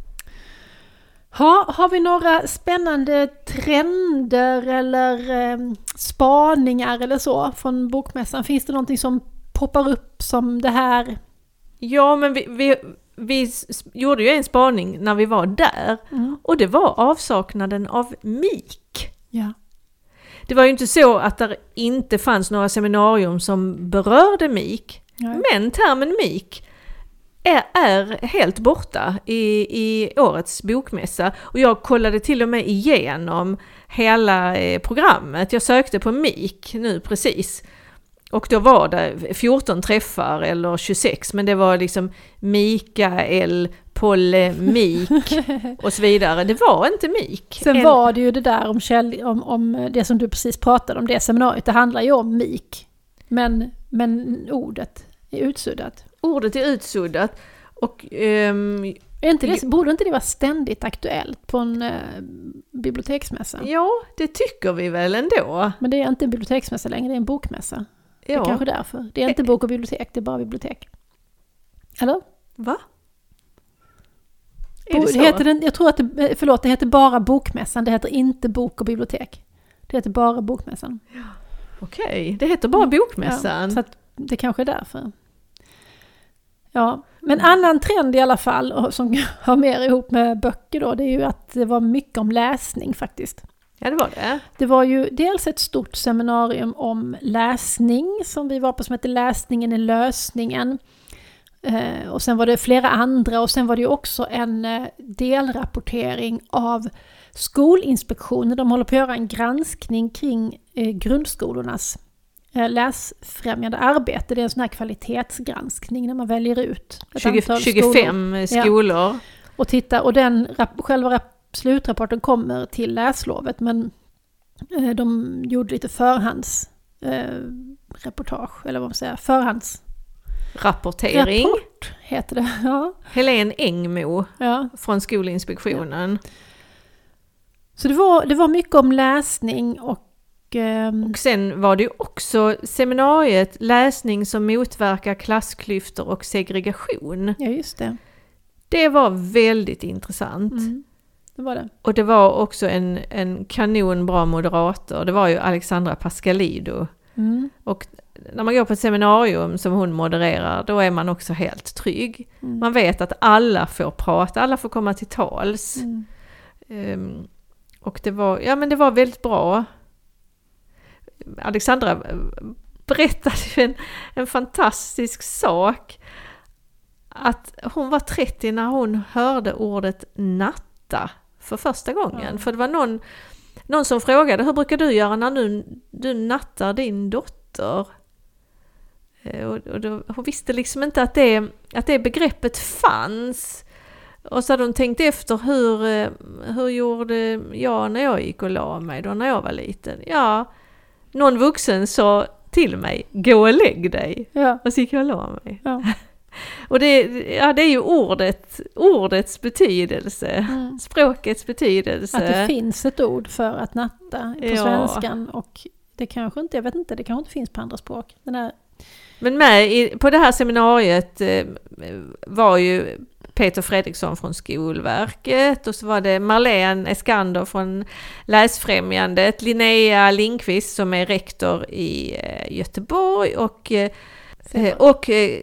Ha, har vi några spännande trender eller eh, spaningar eller så från bokmässan? Finns det någonting som poppar upp som det här? Ja, men vi, vi, vi gjorde ju en spaning när vi var där. Mm. Och det var avsaknaden av mik. Ja. Det var ju inte så att det inte fanns några seminarium som berörde mik. Ja. Men termen mik är, är helt borta i, i årets bokmässa. Och jag kollade till och med igenom hela eh, programmet. Jag sökte på mik nu precis. Och då var det fjorton träffar eller tjugosex. Men det var liksom Mikael, polemik och så vidare. Det var inte mik. Sen en... var det ju det där om, käll, om, om det som du precis pratade om, det seminariet. Det handlar ju om mik. Men, men ordet är utsuddat. Ordet är utsuddat. Och, um, är inte det, borde inte det vara ständigt aktuellt på en uh, biblioteksmässa? Ja, det tycker vi väl ändå. Men det är inte en biblioteksmässa längre, det är en bokmässa. Ja. Det är kanske därför. Det är inte bok och bibliotek, det är bara bibliotek. Eller? Va? Är det så? Heter den, jag tror att det, förlåt, det heter bara bokmässan. Det heter inte bok och bibliotek. Det heter bara bokmässan. Ja. Okej, okay. Det heter bara bokmässan. Ja, så att det kanske är därför. Ja, men annan trend i alla fall som har mer ihop med böcker då, det är ju att det var mycket om läsning faktiskt. Ja, det var det. Det var ju dels ett stort seminarium om läsning som vi var på, som heter Läsningen är lösningen. Eh, och sen var det flera andra, och sen var det ju också en eh, delrapportering av Skolinspektionen. De håller på att göra en granskning kring eh, grundskolornas eh, läsfrämjande arbete. Det är en sån här kvalitetsgranskning när man väljer ut ett tjugo, antal tjugofem skolor. skolor. Ja. Och titta, och den rap- själva rap- slutrapporten kommer till läslovet, men eh, de gjorde lite förhands eh, reportage, eller vad man säger, förhands Rapportering. rapport heter det. Ja. Helene Engmo Ja. från Skolinspektionen. Ja. Så det var, det var mycket om läsning och... ehm, Och sen var det ju också seminariet läsning som motverkar klassklyftor och segregation. ja, just det. Det var väldigt intressant. Mm, det var det. Och det var också en, en kanonbra moderator. Det var ju Alexandra Pascalido. Mm, Och när man går på ett seminarium som hon modererar, då är man också helt trygg. mm, Man vet att alla får prata, alla får komma till tals. mm. Um, och det var, ja, men det var väldigt bra. Alexandra berättade en, en fantastisk sak. Att hon var trettio när hon hörde ordet natta för första gången. Ja. För det var någon, någon som frågade, hur brukar du göra när du, du nattar din dotter? Och, och då, hon visste liksom inte att det, att det begreppet fanns. Och så hade hon tänkt efter, hur, hur gjorde jag när jag gick och la mig då när jag var liten? Ja, någon vuxen sa till mig, gå och lägg dig. Ja. Och så gick jag och la mig. Ja. Och det, ja, det är ju ordet, ordets betydelse, Mm. språkets betydelse. Att det finns ett ord för att natta på Ja. svenskan, och det kanske inte, jag vet inte, det kanske inte finns på andra språk. Den här, Men med i, på det här seminariet eh, var ju Peter Fredriksson från Skolverket, och så var det Marlene Eskander från Läsfrämjandet, Linnea Lindqvist som är rektor i eh, Göteborg, och, eh, och eh,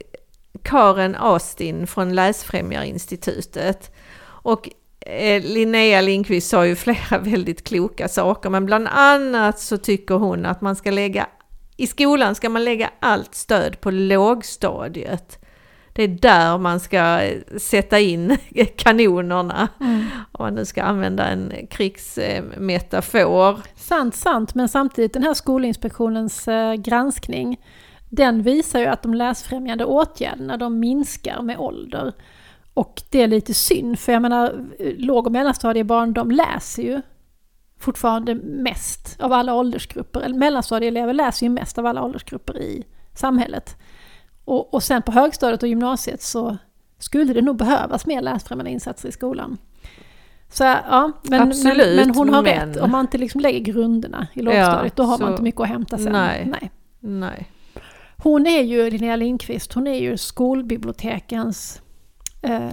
Karen Astin från Läsfrämjarinstitutet. Och eh, Linnea Lindqvist sa ju flera väldigt kloka saker, men bland annat så tycker hon att man ska lägga, i skolan ska man lägga allt stöd på lågstadiet. Det är där man ska sätta in kanonerna, mm. om man nu ska använda en krigsmetafor. Sant, sant, men samtidigt den här Skolinspektionens eh, granskning, den visar ju att de läsfrämjande åtgärderna, de minskar med ålder. Och det är lite synd, för jag menar, låg- och mellanstadiebarn, de läser ju fortfarande mest av alla åldersgrupper. Eller mellanstadieelever läser ju mest av alla åldersgrupper i samhället. Och, och sen på högstadiet och gymnasiet så skulle det nog behövas mer läsfrämjande insatser i skolan. Så ja, men, Absolut, men, men hon har men... rätt. Om man inte liksom lägger grunderna i lågstadiet, ja, då har så... man inte mycket att hämta sen. Nej. Nej. Nej. Hon är ju, Linnea Lindqvist, hon är ju skolbibliotekens eh,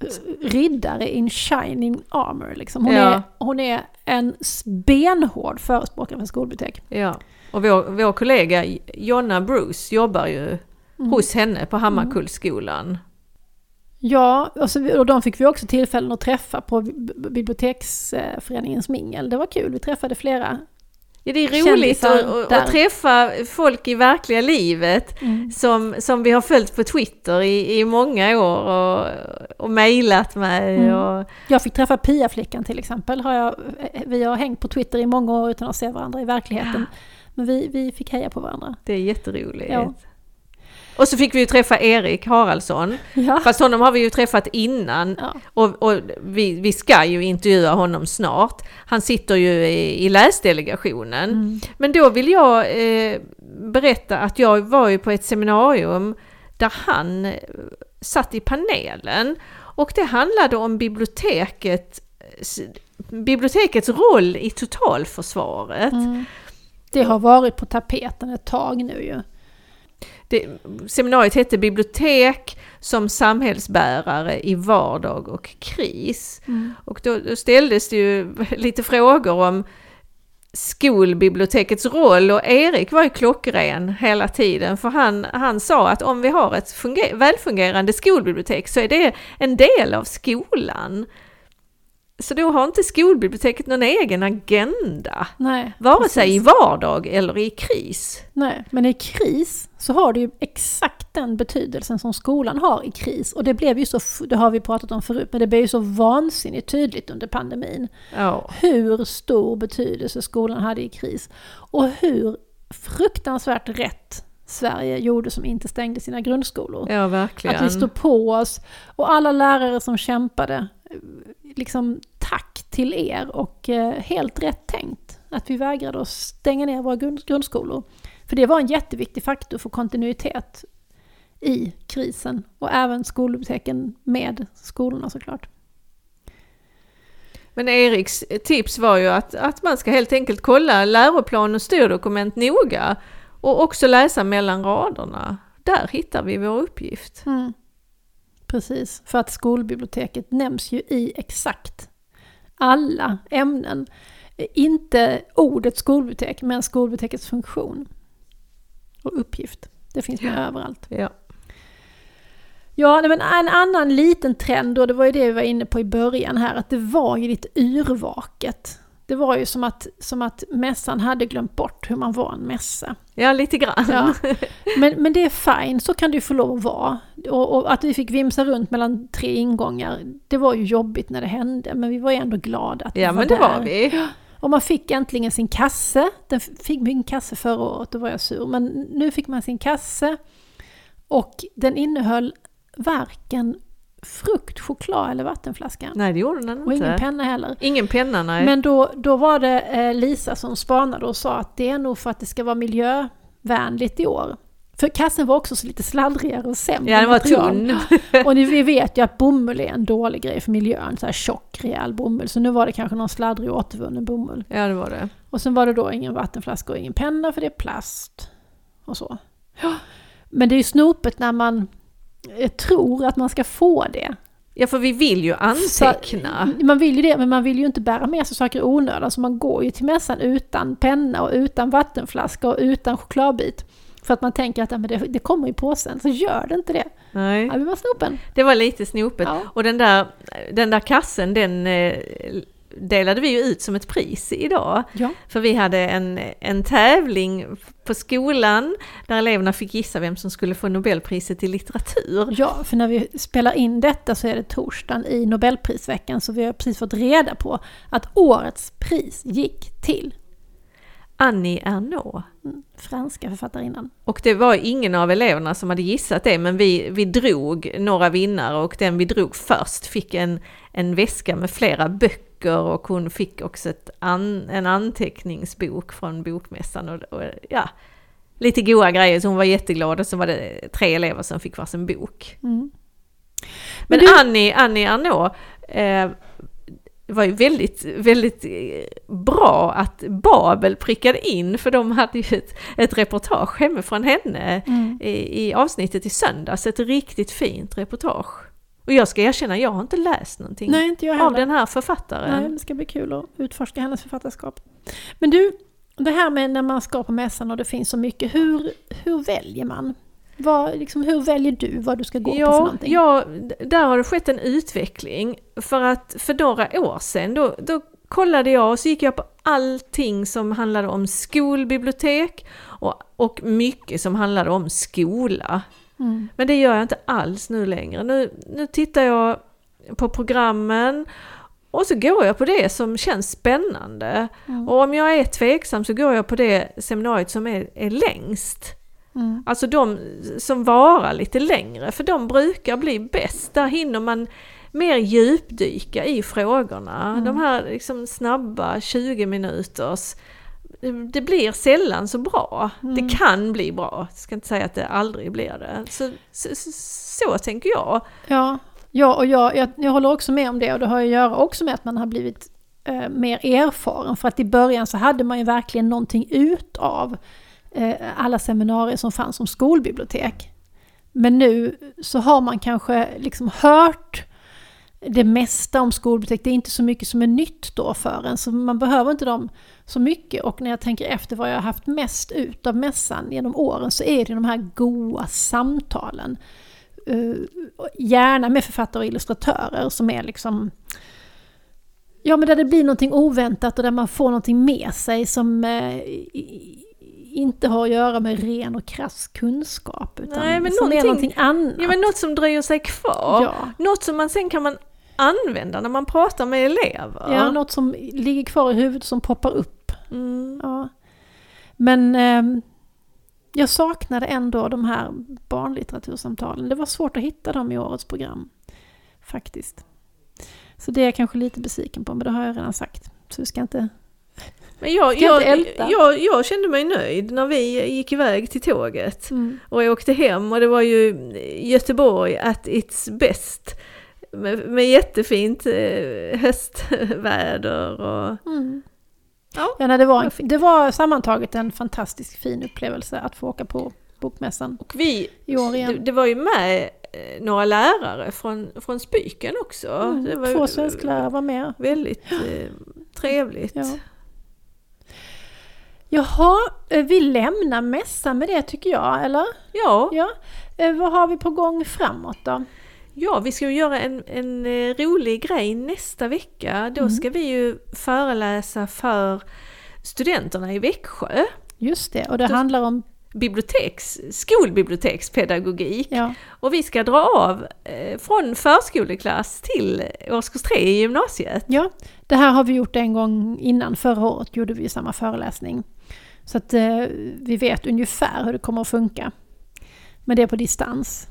riddare in shining armor. Liksom. Hon, Ja. är, hon är en benhård förespråkare för skolbibliotek. Ja, och vår, vår kollega Jonna Bruce jobbar ju Mm. hos henne på Hammarkullsskolan. Ja, och, så, och de fick vi också tillfällen att träffa på biblioteksföreningens mingel. Det var kul, vi träffade flera. Ja, det är roligt att, att, att träffa folk i verkliga livet Mm. som, som vi har följt på Twitter i, i många år och, och mejlat med. Mm. Och... Jag fick träffa Pia-flickan till exempel. Har jag, vi har hängt på Twitter i många år utan att se varandra i verkligheten. Men vi, vi fick heja på varandra. Det är jätteroligt. Ja. Och så fick vi ju träffa Erik Haraldsson. Ja. Fast honom har vi ju träffat innan. Ja. Och, och vi, vi ska ju intervjua honom snart. Han sitter ju i, i läsdelegationen. Mm. Men då vill jag eh, berätta att jag var ju på ett seminarium där han satt i panelen. Och det handlade om biblioteket, bibliotekets roll i totalförsvaret. Mm. Det har varit på tapeten ett tag nu ju. Det, seminariet hette Bibliotek som samhällsbärare i vardag och kris. Mm. Och då, då ställdes det ju lite frågor om skolbibliotekets roll, och Erik var ju klockren hela tiden, för han, han sa att om vi har ett funger- välfungerande skolbibliotek så är det en del av skolan. Så då har inte skolbiblioteket någon egen agenda. Nej, vare precis. sig i vardag eller i kris. Nej, men i kris så har det ju exakt den betydelsen som skolan har i kris. Och det blev ju så, det har vi pratat om förut, men det blev ju så vansinnigt tydligt under pandemin. Ja. Hur stor betydelse skolan hade i kris. Och hur fruktansvärt rätt Sverige gjorde som inte stängde sina grundskolor. Ja, verkligen. Att vi stod på oss och alla lärare som kämpade, liksom tack till er och eh, helt rätt tänkt att vi vägrade att stänga ner våra grund- grundskolor. För det var en jätteviktig faktor för kontinuitet i krisen och även skolbiblioteken med skolorna såklart. Men Eriks tips var ju att, att man ska helt enkelt kolla läroplan och styrdokument noga och också läsa mellan raderna. Där hittar vi vår uppgift. Mm. Precis, för att skolbiblioteket nämns ju i exakt alla ämnen. Inte ordet skolbibliotek, men skolbibliotekets funktion och uppgift. Det finns med ja. överallt. Ja. Ja, men en annan liten trend, och det var ju det vi var inne på i början här, att det var ju lite yrvaket. Det var ju som att, som att mässan hade glömt bort hur man var en mässa. Ja, lite grann. Ja. Men, men det är fint, så kan det ju få lov att vara. Och, och att vi fick vimsa runt mellan tre ingångar, det var ju jobbigt när det hände, men vi var ju ändå glada att vi ja, var men där. det var vi. Och man fick äntligen sin kasse. Den fick min kasse förra året, då var jag sur. Men nu fick man sin kasse och den innehöll varken frukt, choklad eller vattenflaska. Nej, det gjorde den inte. Och ingen penna heller. Ingen penna, nej. Men då, då var det eh, Lisa som spanade och sa att det är nog för att det ska vara miljövänligt i år. För kassen var också så lite sladdrigare och sämre. Ja, den var tunn. Och vi vet ju att bomull är en dålig grej för miljön. Så här tjock, rejäl bomull. Så nu var det kanske någon sladdrig återvunnen bomull. Ja, det var det. Och sen var det då ingen vattenflaska och ingen penna för det är plast. Och så. Ja. Men det är ju snopet när man tror att man ska få det. Ja, för vi vill ju anteckna. Så, man vill ju det, men man vill ju inte bära med sig saker i onödan. Så man går ju till mässan utan penna och utan vattenflaska och utan chokladbit. För att man tänker att ja, men det, det kommer i påsen, så gör det inte det. Nej. Ja, det var snopen. Det var lite snopet. Ja. Och den där, den där kassen, den eh, delade vi ju ut som ett pris idag. Ja. För vi hade en, en tävling på skolan där eleverna fick gissa vem som skulle få Nobelpriset i litteratur. Ja, för när vi spelar in detta så är det torsdagen i Nobelprisveckan, så vi har precis fått reda på att årets pris gick till Annie Ernaux. Mm, franska författarinnan. Och det var ingen av eleverna som hade gissat det, men vi, vi drog några vinnare och den vi drog först fick en, en väska med flera böcker och hon fick också ett an, en anteckningsbok från bokmässan och, och ja, lite goda grejer, så hon var jätteglad och så var det tre elever som fick varsin bok. Mm. Men, men du... Annie, Annie Ernaux eh, det var ju väldigt, väldigt bra att Babel prickade in, för de hade ju ett, ett reportage hemifrån henne mm. i, i avsnittet i söndags. Ett riktigt fint reportage. Och jag ska erkänna, jag har inte läst någonting Nej, inte jag av den här författaren. Nej, det ska bli kul att utforska hennes författarskap. Men du, det här med när man ska på mässan och det finns så mycket, hur, hur väljer man? Vad, liksom, hur väljer du vad du ska gå ja, på för någonting? Ja, där har det skett en utveckling. För att för några år sedan, då, då kollade jag och så gick jag på allting som handlade om skolbibliotek och, och mycket som handlade om skola. Mm. Men det gör jag inte alls nu längre. Nu, nu tittar jag på programmen och så går jag på det som känns spännande. Mm. Och om jag är tveksam så går jag på det seminariet som är, är längst. Mm. Alltså de som varar lite längre, för de brukar bli bäst. Där hinner man mer djupdyka i frågorna. Mm. De här liksom snabba tjugo minuters, det blir sällan så bra. Mm. Det kan bli bra. Jag ska inte säga att det aldrig blir det. Så, så, så, så tänker jag. Ja, ja och jag, jag, jag håller också med om det. Och det har att göra också med att man har blivit eh, mer erfaren. För att i början så hade man ju verkligen någonting ut av alla seminarier som fanns som skolbibliotek. Men nu så har man kanske liksom hört det mesta om skolbibliotek. Det är inte så mycket som är nytt då för en, så man behöver inte dem så mycket. Och när jag tänker efter vad jag har haft mest ut av mässan genom åren, så är det de här goda samtalen. Uh, gärna med författare och illustratörer som är liksom Ja, men där det blir någonting oväntat och där man får någonting med sig som eh, inte har att göra med ren och krass kunskap. Utan Nej, men som är någonting annat. Ja, men något som dröjer sig kvar. Ja. Något som man sen kan man använda när man pratar med elever. Ja, något som ligger kvar i huvudet som poppar upp. Mm. Ja. Men eh, jag saknade ändå de här barnlitteratursamtalen. Det var svårt att hitta dem i årets program. Faktiskt. Så det är jag kanske lite besviken på, men det har jag redan sagt. Så vi ska inte, men jag, ska jag, inte älta. Jag, jag kände mig nöjd när vi gick iväg till tåget. Mm. Och jag åkte hem och det var ju Göteborg at its best. Med, med jättefint eh, höstväder. Och, mm. ja. Ja, nej, det, var en, det var sammantaget en fantastisk fin upplevelse att få åka på bokmässan. Och vi, i år igen. Det, det var ju med några lärare från, från Spyken också. Mm, det var två svensklärare var med. Väldigt eh, trevligt. Ja. Jaha, vi lämnar mässan med det tycker jag, eller? Ja. ja. Vad har vi på gång framåt då? Ja, vi ska ju göra en, en rolig grej nästa vecka. Då mm. ska vi ju föreläsa för studenterna i Växjö. Just det, och det då, handlar om biblioteks, skolbibliotekspedagogik. Ja. Och vi ska dra av eh, från förskoleklass till årskurs tre i gymnasiet. Ja, det här har vi gjort en gång innan. Förra året gjorde vi samma föreläsning. Så att eh, vi vet ungefär hur det kommer att funka. Men det är på distans.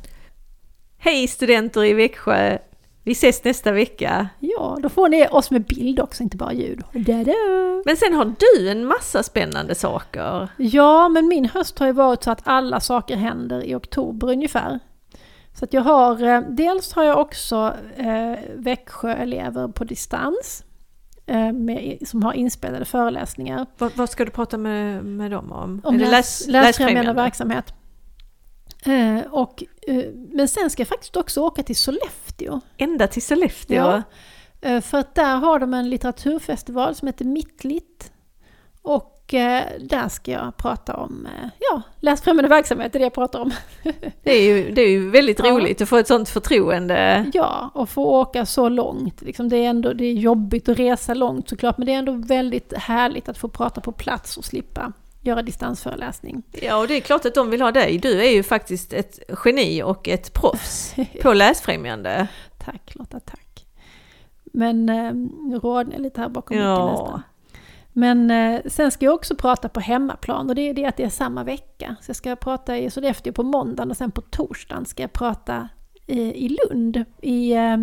Hej studenter i Växjö! Vi ses nästa vecka. Ja, då får ni oss med bild också, inte bara ljud. Dada! Men sen har du en massa spännande saker. Ja, men min höst har ju varit så att alla saker händer i oktober ungefär. Så att jag har, eh, dels har jag också eh, Växjö-elever på distans eh, med, som har inspelade föreläsningar. Va, vad ska du prata med, med dem om? Om Är det läs, läs, läsfrämjande verksamhet. Eh, och, eh, men sen ska jag faktiskt också åka till Sollefteå. Ända till Sollefteå? Ja, eh, för att där har de en litteraturfestival som heter Mittlitt. Och eh, där ska jag prata om eh, ja, läsfrämjande verksamhet, det är det jag pratar om. det, är ju, det är ju väldigt ja. roligt att få ett sånt förtroende. Ja, och få åka så långt. Liksom det, är ändå, det är jobbigt att resa långt såklart, men det är ändå väldigt härligt att få prata på plats och slippa göra distansföreläsning. Ja, och det är klart att de vill ha dig. Du är ju faktiskt ett geni och ett proffs på läsfrämjande. Tack Lotta, tack. Men eh, nu rådnar jag lite här bakom ja. micken nästan. Men eh, sen ska jag också prata på hemmaplan, och det är det att det är samma vecka. Så jag ska prata i Sollefteå på måndagen och sen på torsdagen ska jag prata i, i Lund i eh,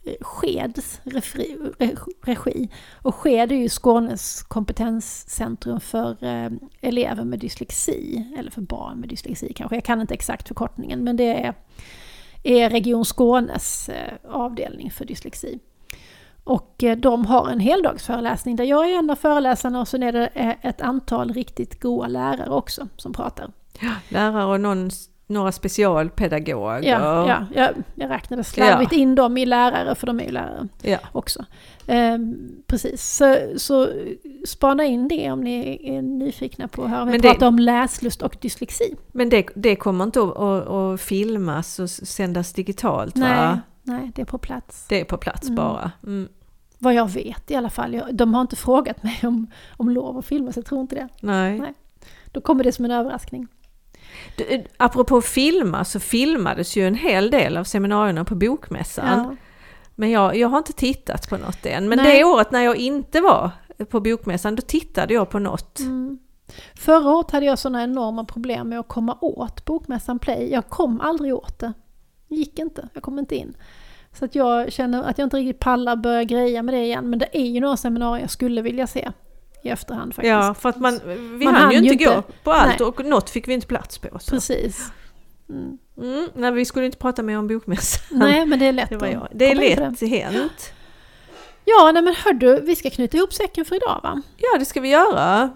Skeds refri, regi. Och Sked är ju Skånes kompetenscentrum för eh, elever med dyslexi, eller för barn med dyslexi kanske. Jag kan inte exakt förkortningen, men det är, är Region Skånes eh, avdelning för dyslexi. Och eh, de har en heldagsföreläsning där jag är en av föreläsarna, och så är det eh, ett antal riktigt goda lärare också som pratar. Ja, lärare och någon några specialpedagoger. Ja, ja jag, jag räknade slarvigt ja. in dem i lärare, för de är ju lärare ja. också. Ehm, precis, så, så spana in det om ni är nyfikna på att höra. Vi pratar om läslust och dyslexi. Men det, det kommer inte att, att, att filmas och sändas digitalt, nej, va? Nej, det är på plats. Det är på plats mm. bara. Mm. Vad jag vet i alla fall. Jag, de har inte frågat mig om, om lov att filma, så jag tror inte det. Nej. nej. Då kommer det som en överraskning. Du, apropå filma, så filmades ju en hel del av seminarierna på bokmässan. Ja. Men jag, jag har inte tittat på något än. Men Nej. det året när jag inte var på bokmässan, då tittade jag på något. Mm. Förra året hade jag sådana enorma problem med att komma åt bokmässan Play. Jag kom aldrig åt det. Det gick inte. Jag kom inte in. Så att jag känner att jag inte riktigt pallar börja greja med det igen. Men det är ju några seminarier jag skulle vilja se i efterhand faktiskt. Ja, för att man, vi man hann ju inte gå inte. på allt. Nej. Och något fick vi inte plats på. Så. Precis. Mm. Mm, nej, vi skulle inte prata mer om bokmässan. Nej, men det är lätt. Det, var jag. det är lätt det. hänt. Ja, nej men hördu, vi ska knyta ihop säcken för idag, va? Ja, det ska vi göra.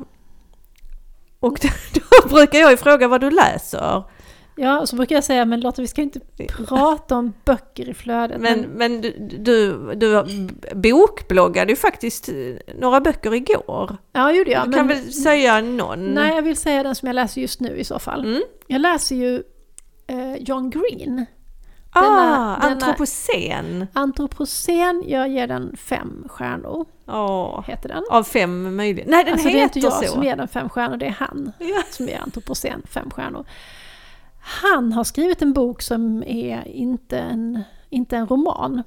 Och då, då brukar jag ju fråga vad du läser. Ja, och så brukar jag säga, men Lotta, vi ska inte prata om böcker i flödet. Men, men... men du, du, du bokbloggade ju faktiskt några böcker igår. Ja, gjorde jag. Du men... kan väl säga någon? Nej, jag vill säga den som jag läser just nu i så fall. Mm. Jag läser ju eh, John Green. Ah, denna, Antropocen. Antropocen, jag ger den fem stjärnor. Åh, heter den. Av fem möjliga. Nej, den alltså, heter det är inte jag så. som ger den fem stjärnor, det är han Ja. som ger antropocen fem stjärnor. Han har skrivit en bok som är inte en, inte en roman.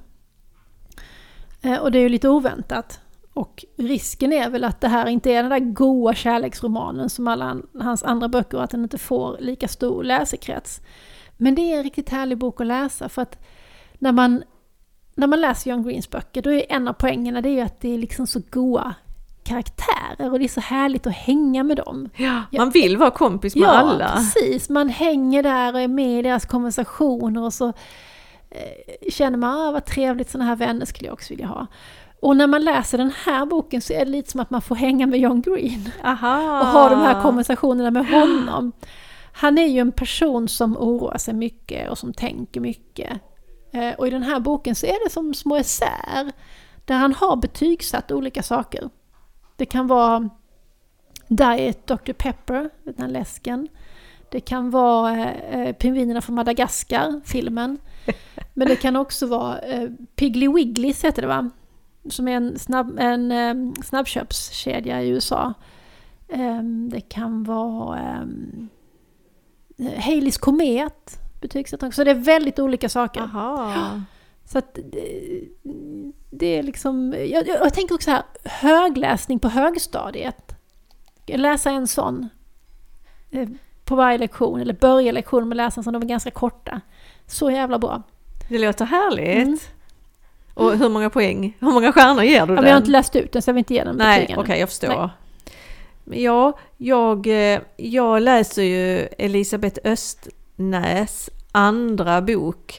Eh, och det är ju lite oväntat. Och risken är väl att det här inte är den där goa kärleksromanen som alla hans andra böcker, och att den inte får lika stor läsekrets. Men det är en riktigt härlig bok att läsa, för att när man, när man läser John Greens böcker, då är en av poängerna det är att det är liksom så goa karaktärer och det är så härligt att hänga med dem. Ja, man vill vara kompis med ja, alla. Precis. Man hänger där och är med i deras konversationer och så eh, känner man, ah, vad trevligt, såna här vänner skulle jag också vilja ha. Och när man läser den här boken så är det lite som att man får hänga med John Green. Aha. Och ha de här konversationerna med honom. Han är ju en person som oroar sig mycket och som tänker mycket. Eh, och i den här boken så är det som små essäer där han har betygsatt olika saker. Det kan vara Diet doktor Pepper, den här läsken. Det kan vara eh, Pingvinerna från Madagaskar, filmen. Men det kan också vara eh, Piggly Wigglys heter det, va? Som är en, snabb, en eh, snabbköpskedja i U S A. Eh, det kan vara eh, Haleys komet, betygsatt också. Så det är väldigt olika saker. Aha. Så att det, det är liksom, jag, jag, jag tänker också här, högläsning på högstadiet. Läsa en sån eh, på varje lektion, eller börja lektionen med läsa en sån, de är ganska korta. Så jävla bra. Det låter härligt. Mm. Och hur många poäng, hur många stjärnor ger du Ja, den? men jag har inte läst ut den så jag vill inte ge den Nej, betygen. okej, okay, jag förstår. Nej. Men ja, jag, jag läser ju Elisabeth Östnäs andra bok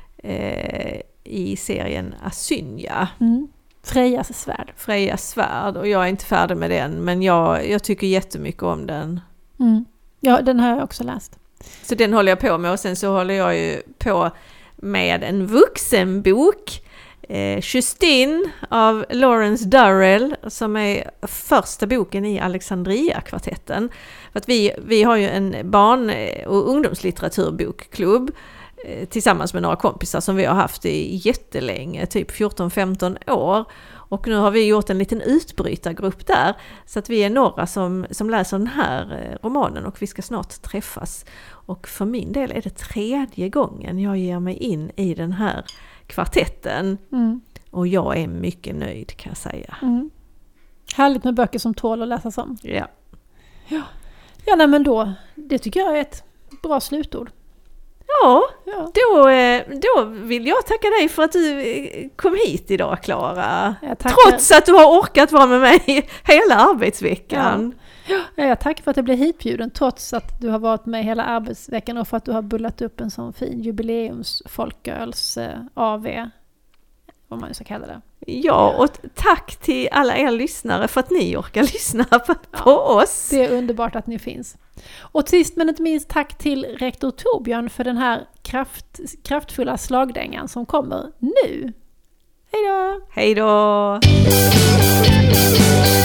eh, i serien Asynja. Mm. Frejas svärd. Frejas svärd, och jag är inte färdig med den, men jag, jag tycker jättemycket om den. Mm. Ja, den har jag också läst. Så den håller jag på med, och sen så håller jag ju på med en vuxenbok, eh, Justine av Lawrence Durrell, som är första boken i Alexandria-kvartetten. För att vi, vi har ju en barn- och ungdomslitteraturbokklubb eh, tillsammans med några kompisar som vi har haft i jättelänge, typ fjorton femton år. Och nu har vi gjort en liten utbrytargrupp där, så att vi är några som, som läser den här romanen, och vi ska snart träffas. Och för min del är det tredje gången jag ger mig in i den här kvartetten. Mm. Och jag är mycket nöjd, kan jag säga. Mm. Härligt med böcker som tål att läsas om. Ja. Ja, ja nej, men då, det tycker jag är ett bra slutord. Ja, ja. Då, då vill jag tacka dig för att du kom hit idag, Klara. Trots att du har orkat vara med mig hela arbetsveckan. Ja. Ja, jag tackar för att jag blev hitbjuden, trots att du har varit med hela arbetsveckan, och för att du har bullat upp en sån fin jubileums folköls eh, A V, vad man ska kalla det. Ja, och tack till alla er lyssnare för att ni orkar lyssna på, på ja, oss. Det är underbart att ni finns. Och sist men inte minst, tack till rektor Torbjörn för den här kraft, kraftfulla slagdängan som kommer nu. Hej då! Hej då!